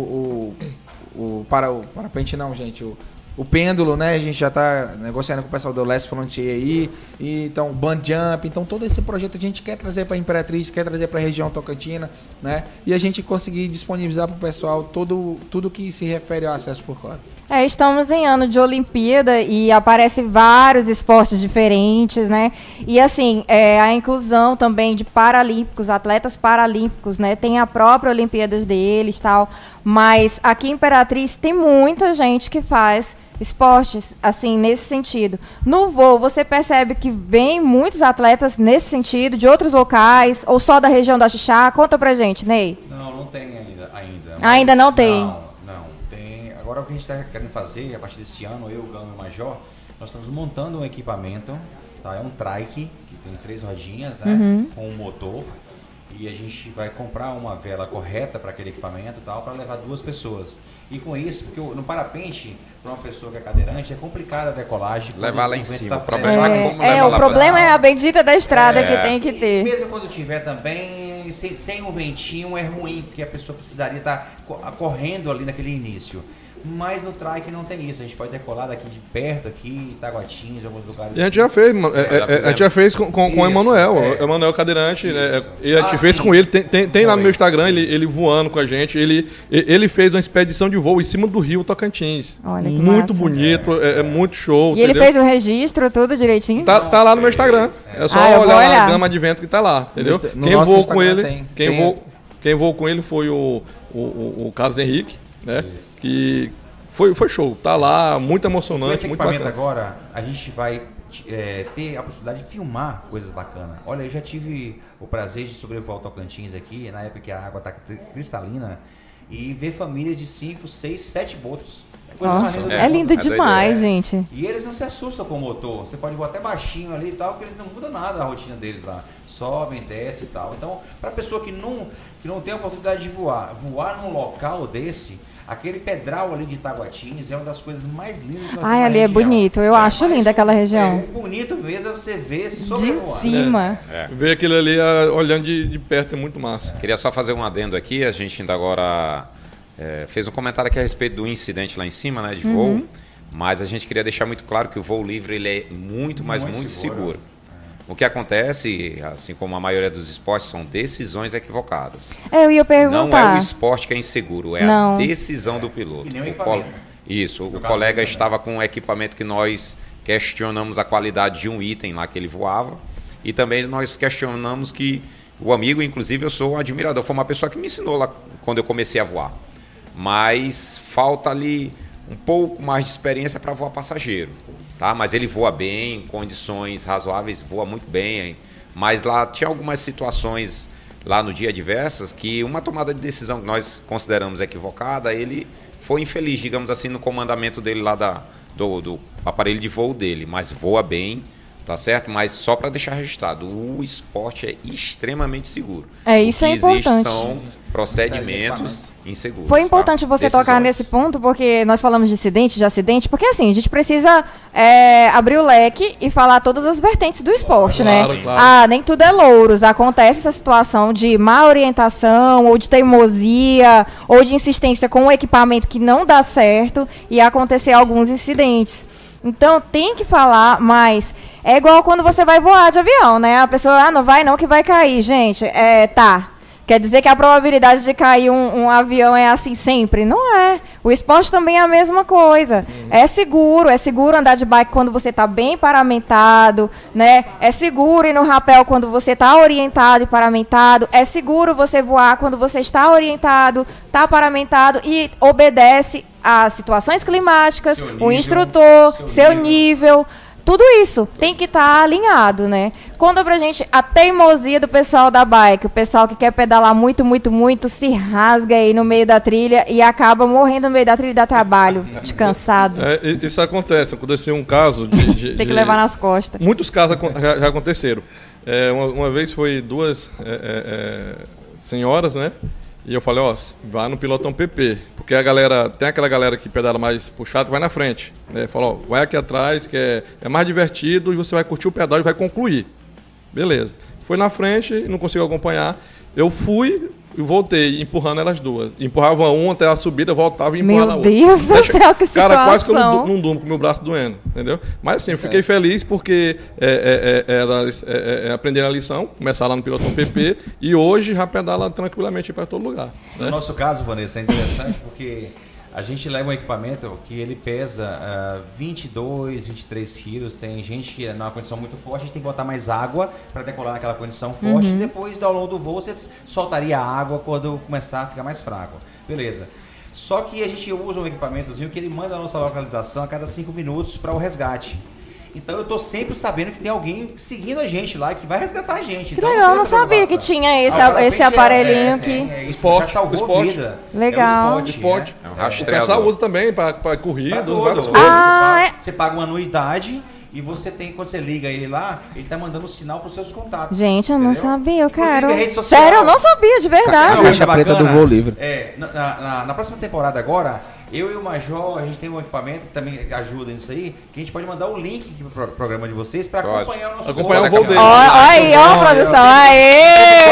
o parapente não, gente, o pêndulo, né? A gente já está negociando com o pessoal do Last Frontier aí. Então, o band jump. Então, todo esse projeto a gente quer trazer para a Imperatriz, quer trazer para a região Tocantina, né? E a gente conseguir disponibilizar para o pessoal tudo que se refere ao acesso por corda. Estamos em ano de Olimpíada e aparecem vários esportes diferentes, né? E assim, a inclusão também de paralímpicos, atletas paralímpicos, né? Tem a própria Olimpíadas deles e tal. Mas aqui em Imperatriz tem muita gente que faz esportes, assim, nesse sentido. No voo, você percebe que vem muitos atletas nesse sentido, de outros locais, ou só da região da Xixá? Conta pra gente, Ney. Não tem ainda. Ainda não tem? Não, tem. Agora o que a gente está querendo fazer, a partir desse ano, eu, o Gama e o Major, nós estamos montando um equipamento, tá? É um trike, que tem 3 rodinhas, né? Com um motor. E a gente vai comprar uma vela correta para aquele equipamento e tal, para levar 2 pessoas. E com isso, porque no parapente, para uma pessoa que é cadeirante, é complicada a decolagem. Levar lá em cima. O problema é a bendita da estrada que tem que ter. Mesmo quando tiver também, sem um ventinho é ruim, porque a pessoa precisaria estar correndo ali naquele início. Mas no trike não tem isso. A gente pode decolar daqui de perto, aqui, Taguatins, alguns lugares. E a gente já fez, a gente já fez com o Emanuel. O Emanuel Cadeirante, e a gente fez com ele. Tem lá no meu Instagram ele voando com a gente. Ele fez uma expedição de voo em cima do rio Tocantins. Olha que muito massa. Bonito, é muito show. E entendeu? Ele fez o registro, tudo direitinho? Tá lá no meu Instagram. É só olhar a gama de vento que tá lá, entendeu? Quem voou com ele, quem voou com ele foi o Carlos Henrique, né? Isso. Que foi show, tá lá, muito emocionante. Com esse muito equipamento bacana. agora, a gente vai ter a possibilidade de filmar coisas bacanas. Olha, eu já tive o prazer de sobrevoar o Tocantins aqui, na época que a água tá cristalina, e ver famílias de 5, 6, 7 botos. É lindo demais, gente. E eles não se assustam com o motor. Você pode voar até baixinho ali e tal, porque eles não mudam nada a rotina deles lá. Sobem, descem e tal. Então, para a pessoa que não tem a oportunidade de voar num local desse, aquele pedral ali de Taguatins é uma das coisas mais lindas que nós temos. Ali é bonito. Eu acho linda aquela região. Bonito mesmo é você ver sobrevoar. De cima. Ver aquilo ali olhando de perto é muito massa. Queria só fazer um adendo aqui. A gente ainda agora fez um comentário aqui a respeito do incidente lá em cima, né, de voo. Mas a gente queria deixar muito claro que o voo livre ele é muito seguro. O que acontece, assim como a maioria dos esportes, são decisões equivocadas. Eu ia perguntar. Não é o esporte que é inseguro, é a decisão do piloto. E nem o equipamento. Isso, o colega estava com um equipamento que nós questionamos a qualidade de um item lá que ele voava. E também nós questionamos que o amigo, inclusive eu sou um admirador, foi uma pessoa que me ensinou lá quando eu comecei a voar. Mas falta ali um pouco mais de experiência para voar passageiro. Tá? Mas ele voa bem, em condições razoáveis, voa muito bem. Mas lá tinha algumas situações lá no dia adversas que uma tomada de decisão que nós consideramos equivocada, ele foi infeliz, digamos assim, no comandamento dele lá do aparelho de voo dele. Mas voa bem, tá certo? Mas só para deixar registrado, o esporte é extremamente seguro. Isso é importante. São procedimentos inseguros. Foi importante você tocar nesse ponto, porque nós falamos de acidente, porque assim, a gente precisa abrir o leque e falar todas as vertentes do esporte, né? Claro. Nem tudo é louros. Acontece essa situação de má orientação, ou de teimosia, ou de insistência com um equipamento que não dá certo, e acontecer alguns incidentes. Então, tem que falar, mas é igual quando você vai voar de avião, né? A pessoa, não vai não que vai cair. Gente, tá. Quer dizer que a probabilidade de cair um avião é assim sempre? Não é. O esporte também é a mesma coisa. É seguro andar de bike quando você está bem paramentado, né? É seguro ir no rapel quando você está orientado e paramentado. É seguro você voar quando você está orientado, está paramentado e obedece às situações climáticas, o instrutor, seu nível. Tudo isso tem que estar alinhado, né? Conta pra gente a teimosia do pessoal da bike, o pessoal que quer pedalar muito, muito, muito, se rasga aí no meio da trilha e acaba morrendo no meio da trilha e dá trabalho, de cansado. Isso aconteceu um caso de tem que levar nas costas. Muitos casos já aconteceram. Uma vez foi duas senhoras, né? E eu falei, vai no pilotão PP, porque tem aquela galera que pedala mais puxado, vai na frente, né? Falou, vai aqui atrás, que é mais divertido e você vai curtir o pedal e vai concluir. Beleza. Foi na frente, não consigo acompanhar. Eu fui e voltei, empurrando elas duas. Empurrava uma até a subida, voltava e empurrava a outra. Meu Deus do céu, que situação. Cara, quase que eu não durmo com o meu braço doendo, entendeu? Mas assim, eu fiquei feliz porque elas aprenderam a lição, começaram lá no pilotão PP e hoje já pedala tranquilamente para todo lugar. No nosso caso, Vanessa, é interessante porque a gente leva um equipamento que ele pesa 22, 23 quilos. Tem gente que numa condição muito forte, a gente tem que botar mais água para decolar naquela condição forte. E depois, ao longo do voo, você soltaria a água quando começar a ficar mais fraco. Beleza. Só que a gente usa um equipamentozinho que ele manda a nossa localização a cada 5 minutos para o resgate. Então eu tô sempre sabendo que tem alguém seguindo a gente lá que vai resgatar a gente. Que então, legal, eu não sabia que tinha esse aparelhinho aqui. Esporte, salvou esporte. Vida. Legal. Esporte. O pessoal usa também para corrida, várias coisas. Você paga uma anuidade e você tem, quando você liga ele lá, ele tá mandando um sinal pros seus contatos. Gente, eu não sabia, eu quero. Sério, eu não sabia, de verdade. Caixa preta do voo livre. Na próxima temporada agora, Eu e o Major, a gente tem um equipamento que também ajuda nisso aí, que a gente pode mandar o link pro programa de vocês para acompanhar o nosso acompanhar o voo dele. Aí, ó, produção. Aê,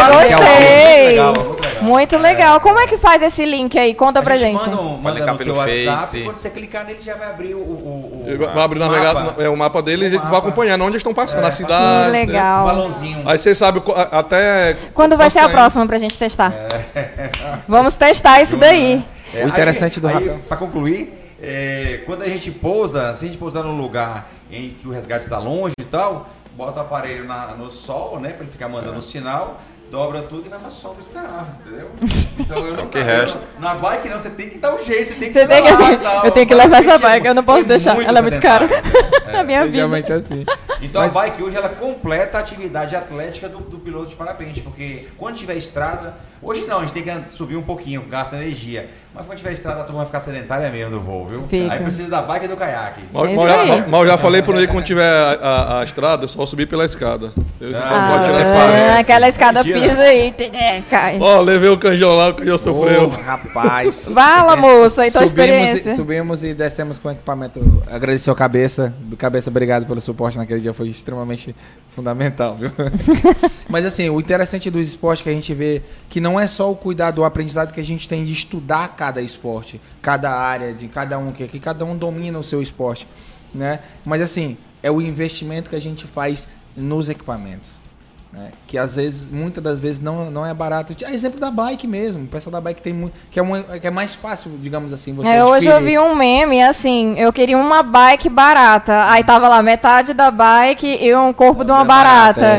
gostei. Muito legal. Como é que faz esse link aí? Conta pra gente. Manda no seu WhatsApp, e quando você clicar nele já vai abrir vai abrir o mapa dele e a gente vai acompanhando onde estão passando, na cidade. Que legal. Balãozinho. Aí vocês sabem até... Quando vai ser a próxima pra gente testar? Vamos testar isso daí. O interessante do rapel. Para concluir, quando a gente pousa, se a gente pousar num lugar em que o resgate está longe e tal, bota o aparelho no sol, né, para ele ficar mandando o sinal, dobra tudo e vai pra sombra esperar, entendeu? Então eu não na bike não, você tem que dar um jeito, você tem que eu tenho que levar essa bike, eu não posso deixar, ela é muito cara. A minha vida. Realmente é assim. Então a bike hoje ela completa a atividade atlética do piloto de parapente, porque quando tiver estrada, hoje não, a gente tem que subir um pouquinho, gasta energia, mas quando tiver estrada a turma vai ficar sedentária mesmo no voo, viu? Fica. Aí precisa da bike e do caiaque. Mas eu já falei pro Ney, quando tiver a estrada, é só subir pela escada. Pode tirar aquela escada pisa aí, cai. Levei o canjão lá, o canjão sofreu. Rapaz. Fala, moça, aí tua experiência. Subimos e descemos com o equipamento. Agradecer ao Cabeça. Cabeça, obrigado pelo suporte naquele dia, foi extremamente fundamental, viu? Mas assim, o interessante do esporte que a gente vê que não é só o cuidado, o aprendizado que a gente tem de estudar cada esporte, cada área, de cada um, que cada um domina o seu esporte, né? Mas assim, é o investimento que a gente faz nos equipamentos, né? Que às vezes, muitas das vezes não é barato. Exemplo da bike mesmo, o pessoal da bike tem muito, que é mais fácil, digamos assim, você hoje eu vi um meme assim, eu queria uma bike barata, aí tava lá metade da bike e um corpo de uma barata.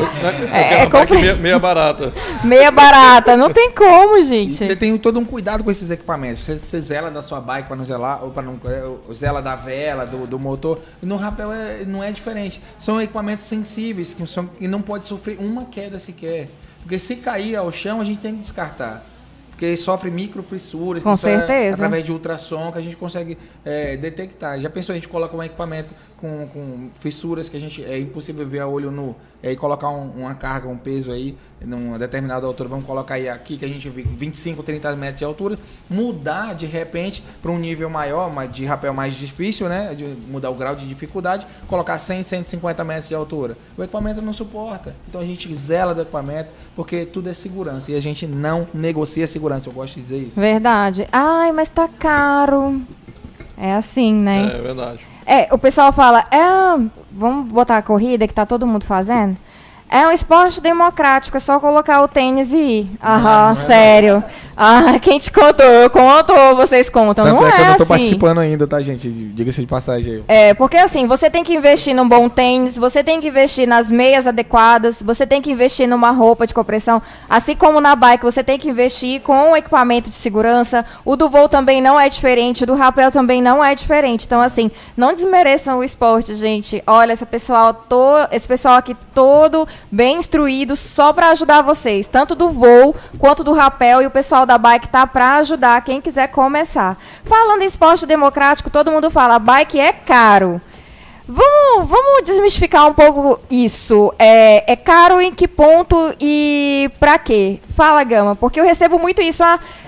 Meia barata. Meia barata, não tem como, gente. E você tem todo um cuidado com esses equipamentos. Você zela da sua bike para não zelar, ou para não zela da vela, do motor. E no rapel não é diferente. São equipamentos sensíveis que não pode sofrer uma queda sequer. Porque se cair ao chão, a gente tem que descartar. Porque sofre microfissuras. Com certeza. Através de ultrassom que a gente consegue detectar. Já pensou, a gente coloca um equipamento com fissuras que a gente é impossível ver a olho nu. E colocar uma carga, um peso aí, numa determinada altura, vamos colocar aí aqui que a gente vê 25, 30 metros de altura, mudar de repente para um nível maior, de rapel mais difícil, né? De mudar o grau de dificuldade, colocar 100, 150 metros de altura. O equipamento não suporta. Então a gente zela do equipamento, porque tudo é segurança. E a gente não negocia segurança, eu gosto de dizer isso. Verdade. Ai, mas tá caro. É assim, né? É verdade. O pessoal fala, vamos botar a corrida que tá todo mundo fazendo? É um esporte democrático, é só colocar o tênis e ir. Sério. Quem te contou? Eu conto ou vocês contam? Tanto não é que eu não tô assim. Participando ainda, tá, gente? Diga-se de passagem aí. Porque assim, você tem que investir num bom tênis, você tem que investir nas meias adequadas, você tem que investir numa roupa de compressão, assim como na bike, você tem que investir com o equipamento de segurança. O do voo também não é diferente, o do rapel também não é diferente. Então, assim, não desmereçam o esporte, gente. Olha, esse pessoal aqui todo bem instruído só para ajudar vocês, tanto do voo quanto do rapel, e o pessoal da bike tá para ajudar quem quiser começar. Falando em esporte democrático, todo mundo fala, bike é caro. Vamos desmistificar um pouco isso. É caro em que ponto e pra quê? Fala, Gama, porque eu recebo muito isso.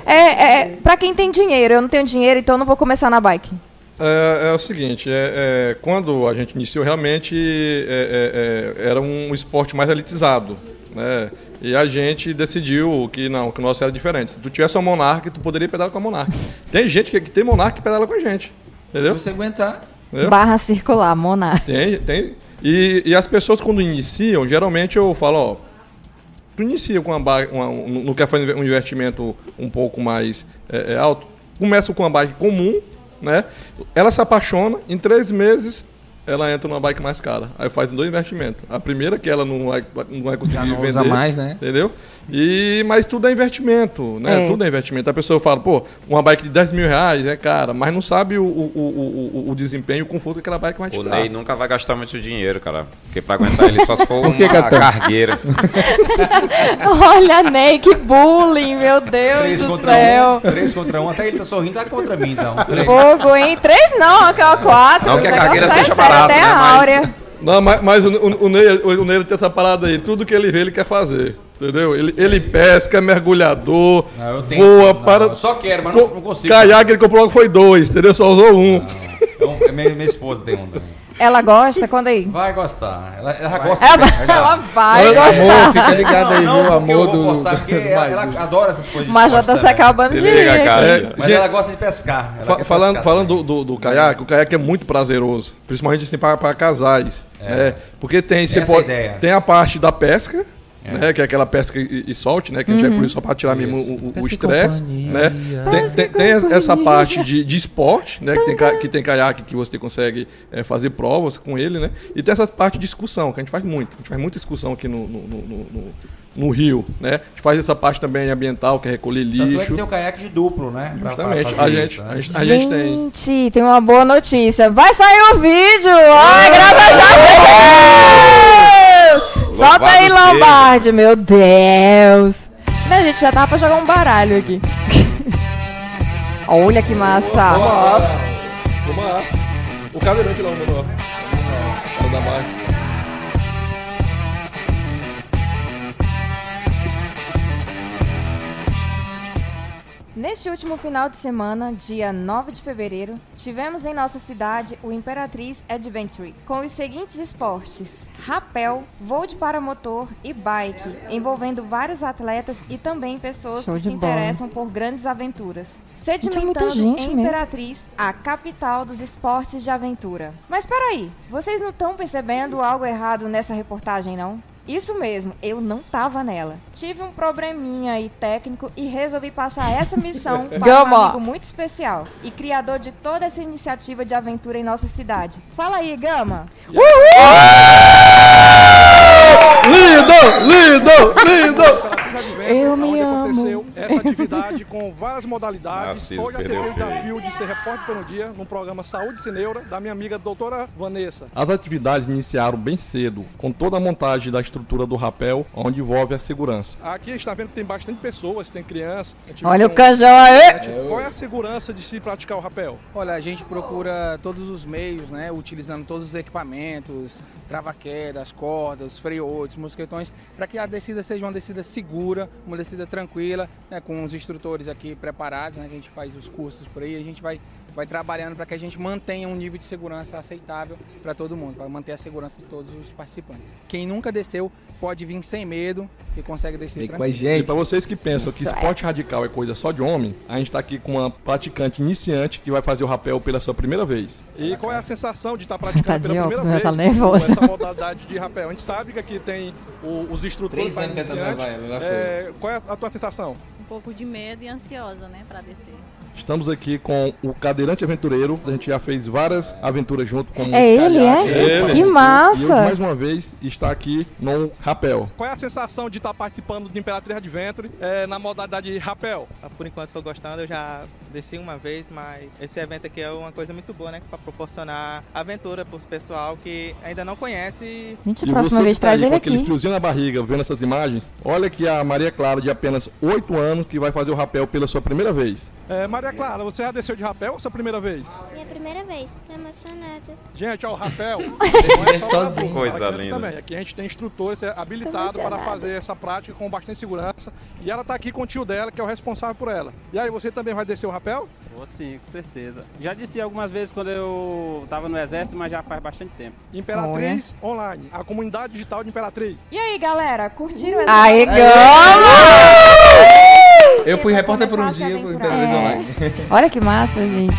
Pra quem tem dinheiro, eu não tenho dinheiro, então eu não vou começar na bike. É o seguinte, quando a gente iniciou, realmente era um esporte mais elitizado, né? E a gente decidiu que o nosso era diferente. Se tu tivesse uma Monark, tu poderia pedalar com a Monark. Tem gente que tem Monark que pedala com a gente, entendeu? Se você aguentar. Entendeu? Barra circular, Monark. Tem. E as pessoas, quando iniciam, geralmente eu falo, tu inicia com não quer fazer um investimento um pouco mais alto, começa com uma bike comum, né? Ela se apaixona, em 3 meses ela entra numa bike mais cara. Aí faz 2 investimentos. A primeira que ela não vai conseguir já não vender. Usa mais, né? Entendeu? Mas tudo é investimento, né? Tudo é investimento. A pessoa fala, uma bike de 10 mil reais é cara, mas não sabe o desempenho, o conforto que aquela bike vai te dar. O Ney nunca vai gastar muito dinheiro, cara. Porque pra aguentar ele só se for uma cargueira. Olha, Ney, que bullying, meu Deus do céu. 3 contra 1, até ele tá sorrindo, tá contra mim, então. Fogo, hein? 3 não, aquela 4. Não que a cargueira seja barata, até né? A Áurea. Não, mas o Ney tem essa parada aí. Tudo que ele vê, ele quer fazer. Entendeu? Ele pesca, é mergulhador, não, voa para... Eu só quero, mas não consigo. Caiaque ele comprou logo foi 2, entendeu? Só usou um. Então, minha esposa tem um também. Ela gosta? Conta aí. Vai gostar. Ela gosta. Ela vai gostar. Amor, fica ligado aí, viu? Amor do... Ela adora essas coisas. Mas já tá se acabando de rir. Mas ela gosta de pescar. Falando do caiaque, o caiaque é muito prazeroso. Principalmente assim, para casais. Porque tem a parte da pesca, né, que é aquela pesca e solte, né, que a gente vai por isso só para tirar mesmo o estresse, né? Tem essa parte de esporte, né, que tem caiaque que você consegue fazer provas com ele, né? E tem essa parte de discussão, que a gente faz muito. A gente faz muita discussão aqui no rio, né? A gente faz essa parte também ambiental, que é recolher lixo. Tanto é que tem o caiaque de duplo, né? Justamente. A gente tem. Gente, tem uma boa notícia. Vai sair o vídeo! Ai, graças a Deus! Solta aí, Lombardi, meu Deus! A gente já tava pra jogar um baralho aqui. Olha que massa! Uma asa. O cadeirante lá, mano. Ó. Da marca. Neste último final de semana, dia 9 de fevereiro, tivemos em nossa cidade o Imperatriz Adventure, com os seguintes esportes: rapel, voo de paramotor e bike, envolvendo vários atletas e também pessoas que se interessam por grandes aventuras. Sedimentando em Imperatriz, a capital dos esportes de aventura. Mas peraí, vocês não estão percebendo algo errado nessa reportagem, não? Isso mesmo, eu não tava nela. Tive um probleminha aí técnico e resolvi passar essa missão para um amigo muito especial e criador de toda essa iniciativa de aventura em nossa cidade. Fala aí, Gama! Lindo! Eu me amo. Aconteceu essa atividade com várias modalidades. Hoje teve o desafio de ser repórter pelo dia no programa Saúde Cineura da minha amiga doutora Vanessa. As atividades iniciaram bem cedo, com toda a montagem da estrutura do rapel, onde envolve a segurança. Aqui a gente está vendo que tem bastante pessoas, tem crianças. Olha o canjão aí! Qual é a segurança de se praticar o rapel? Olha, a gente procura todos os meios, né, utilizando todos os equipamentos, trava-quedas, cordas, freiotes, mosquetões, para que a descida seja uma descida segura, uma descida tranquila, né, com os instrutores aqui preparados, né, que a gente faz os cursos por aí, a gente vai trabalhando para que a gente mantenha um nível de segurança aceitável para todo mundo, para manter a segurança de todos os participantes. Quem nunca desceu pode vir sem medo e consegue descer tranquilo. E para vocês que pensam que esporte radical é coisa só de homem, a gente está aqui com uma praticante iniciante que vai fazer o rapel pela sua primeira vez. E qual é a sensação de estar praticando pela primeira vez tá nervosa. essa modalidade de rapel? A gente sabe que aqui tem os instrutores para iniciantes. Qual é a tua sensação? Um pouco de medo e ansiosa, né, para descer. Estamos aqui com o Cadeirante Aventureiro. A gente já fez várias aventuras junto com ele. Que massa! E hoje, mais uma vez, está aqui no rapel. Qual é a sensação de estar participando do Imperatriz Adventure na modalidade rapel? Por enquanto estou gostando, eu já desci uma vez, mas esse evento aqui é uma coisa muito boa, né? Para proporcionar aventura para o pessoal que ainda não conhece. Gente, a próxima vez traz ele aqui. Aquele friozinho na barriga, vendo essas imagens, olha que a Maria Clara, de apenas 8 anos, que vai fazer o rapel pela sua primeira vez. Maria Clara, você já desceu de rapel ou sua primeira vez? Minha primeira vez, tô emocionada. Gente, o rapel não é só sozinho. Coisa linda. Também. Aqui a gente tem instrutores habilitados para fazer essa prática com bastante segurança. E ela está aqui com o tio dela, que é o responsável por ela. E aí, você também vai descer o rapel? Vou sim, com certeza. Já desci algumas vezes quando eu estava no exército, mas já faz bastante tempo. Imperatriz Online, a comunidade digital de Imperatriz. E aí, galera, curtiram essa? Aê, Gama! Eu fui repórter por um dia pro Imperatriz Online. Olha que massa, gente.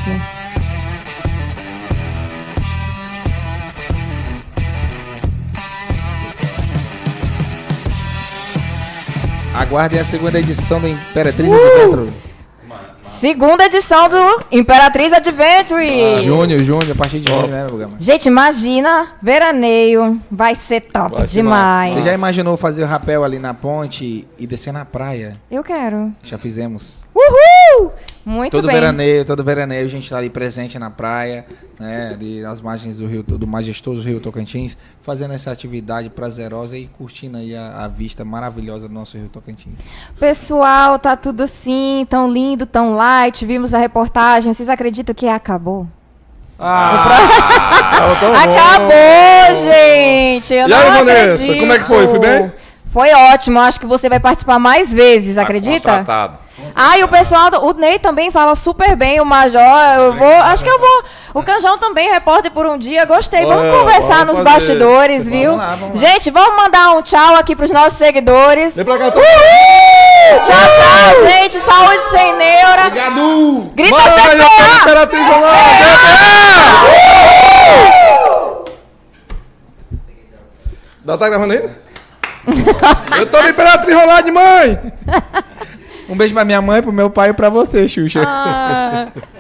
Aguardem a segunda edição do Imperatriz Adventure. Segunda edição do Imperatriz Adventure. Junho, a partir de junho, né, Gama? Gente, imagina, veraneio, vai ser top demais. Você já imaginou fazer o rapel ali na ponte e descer na praia? Eu quero. Já fizemos. Uhul! Muito todo bem. Todo veraneio a gente tá ali presente na praia, né, ali nas margens do rio, do majestoso rio Tocantins, fazendo essa atividade prazerosa e curtindo aí a vista maravilhosa do nosso rio Tocantins. Pessoal, tá tudo assim, tão lindo, tão light. Vimos a reportagem. Vocês acreditam que acabou? Acabou, gente! Eu e aí, Vanessa, como é que foi? Foi bem? Foi ótimo, acho que você vai participar mais vezes, acredita? Contratado. E o pessoal, o Ney também fala super bem, o Major, acho que eu vou, o Canjão também, repórter por um dia, gostei, vamos conversar nos bastidores, viu? Vamos lá. Gente, vamos mandar um tchau aqui pros nossos seguidores. Vem pra cá, tchau, gente, saúde sem neura. Obrigado. Grita CPA. Imperatriz Online. Tá gravando aí? Eu tô no Imperatriz Online, mãe! Um beijo pra minha mãe, pro meu pai e pra você, Xuxa.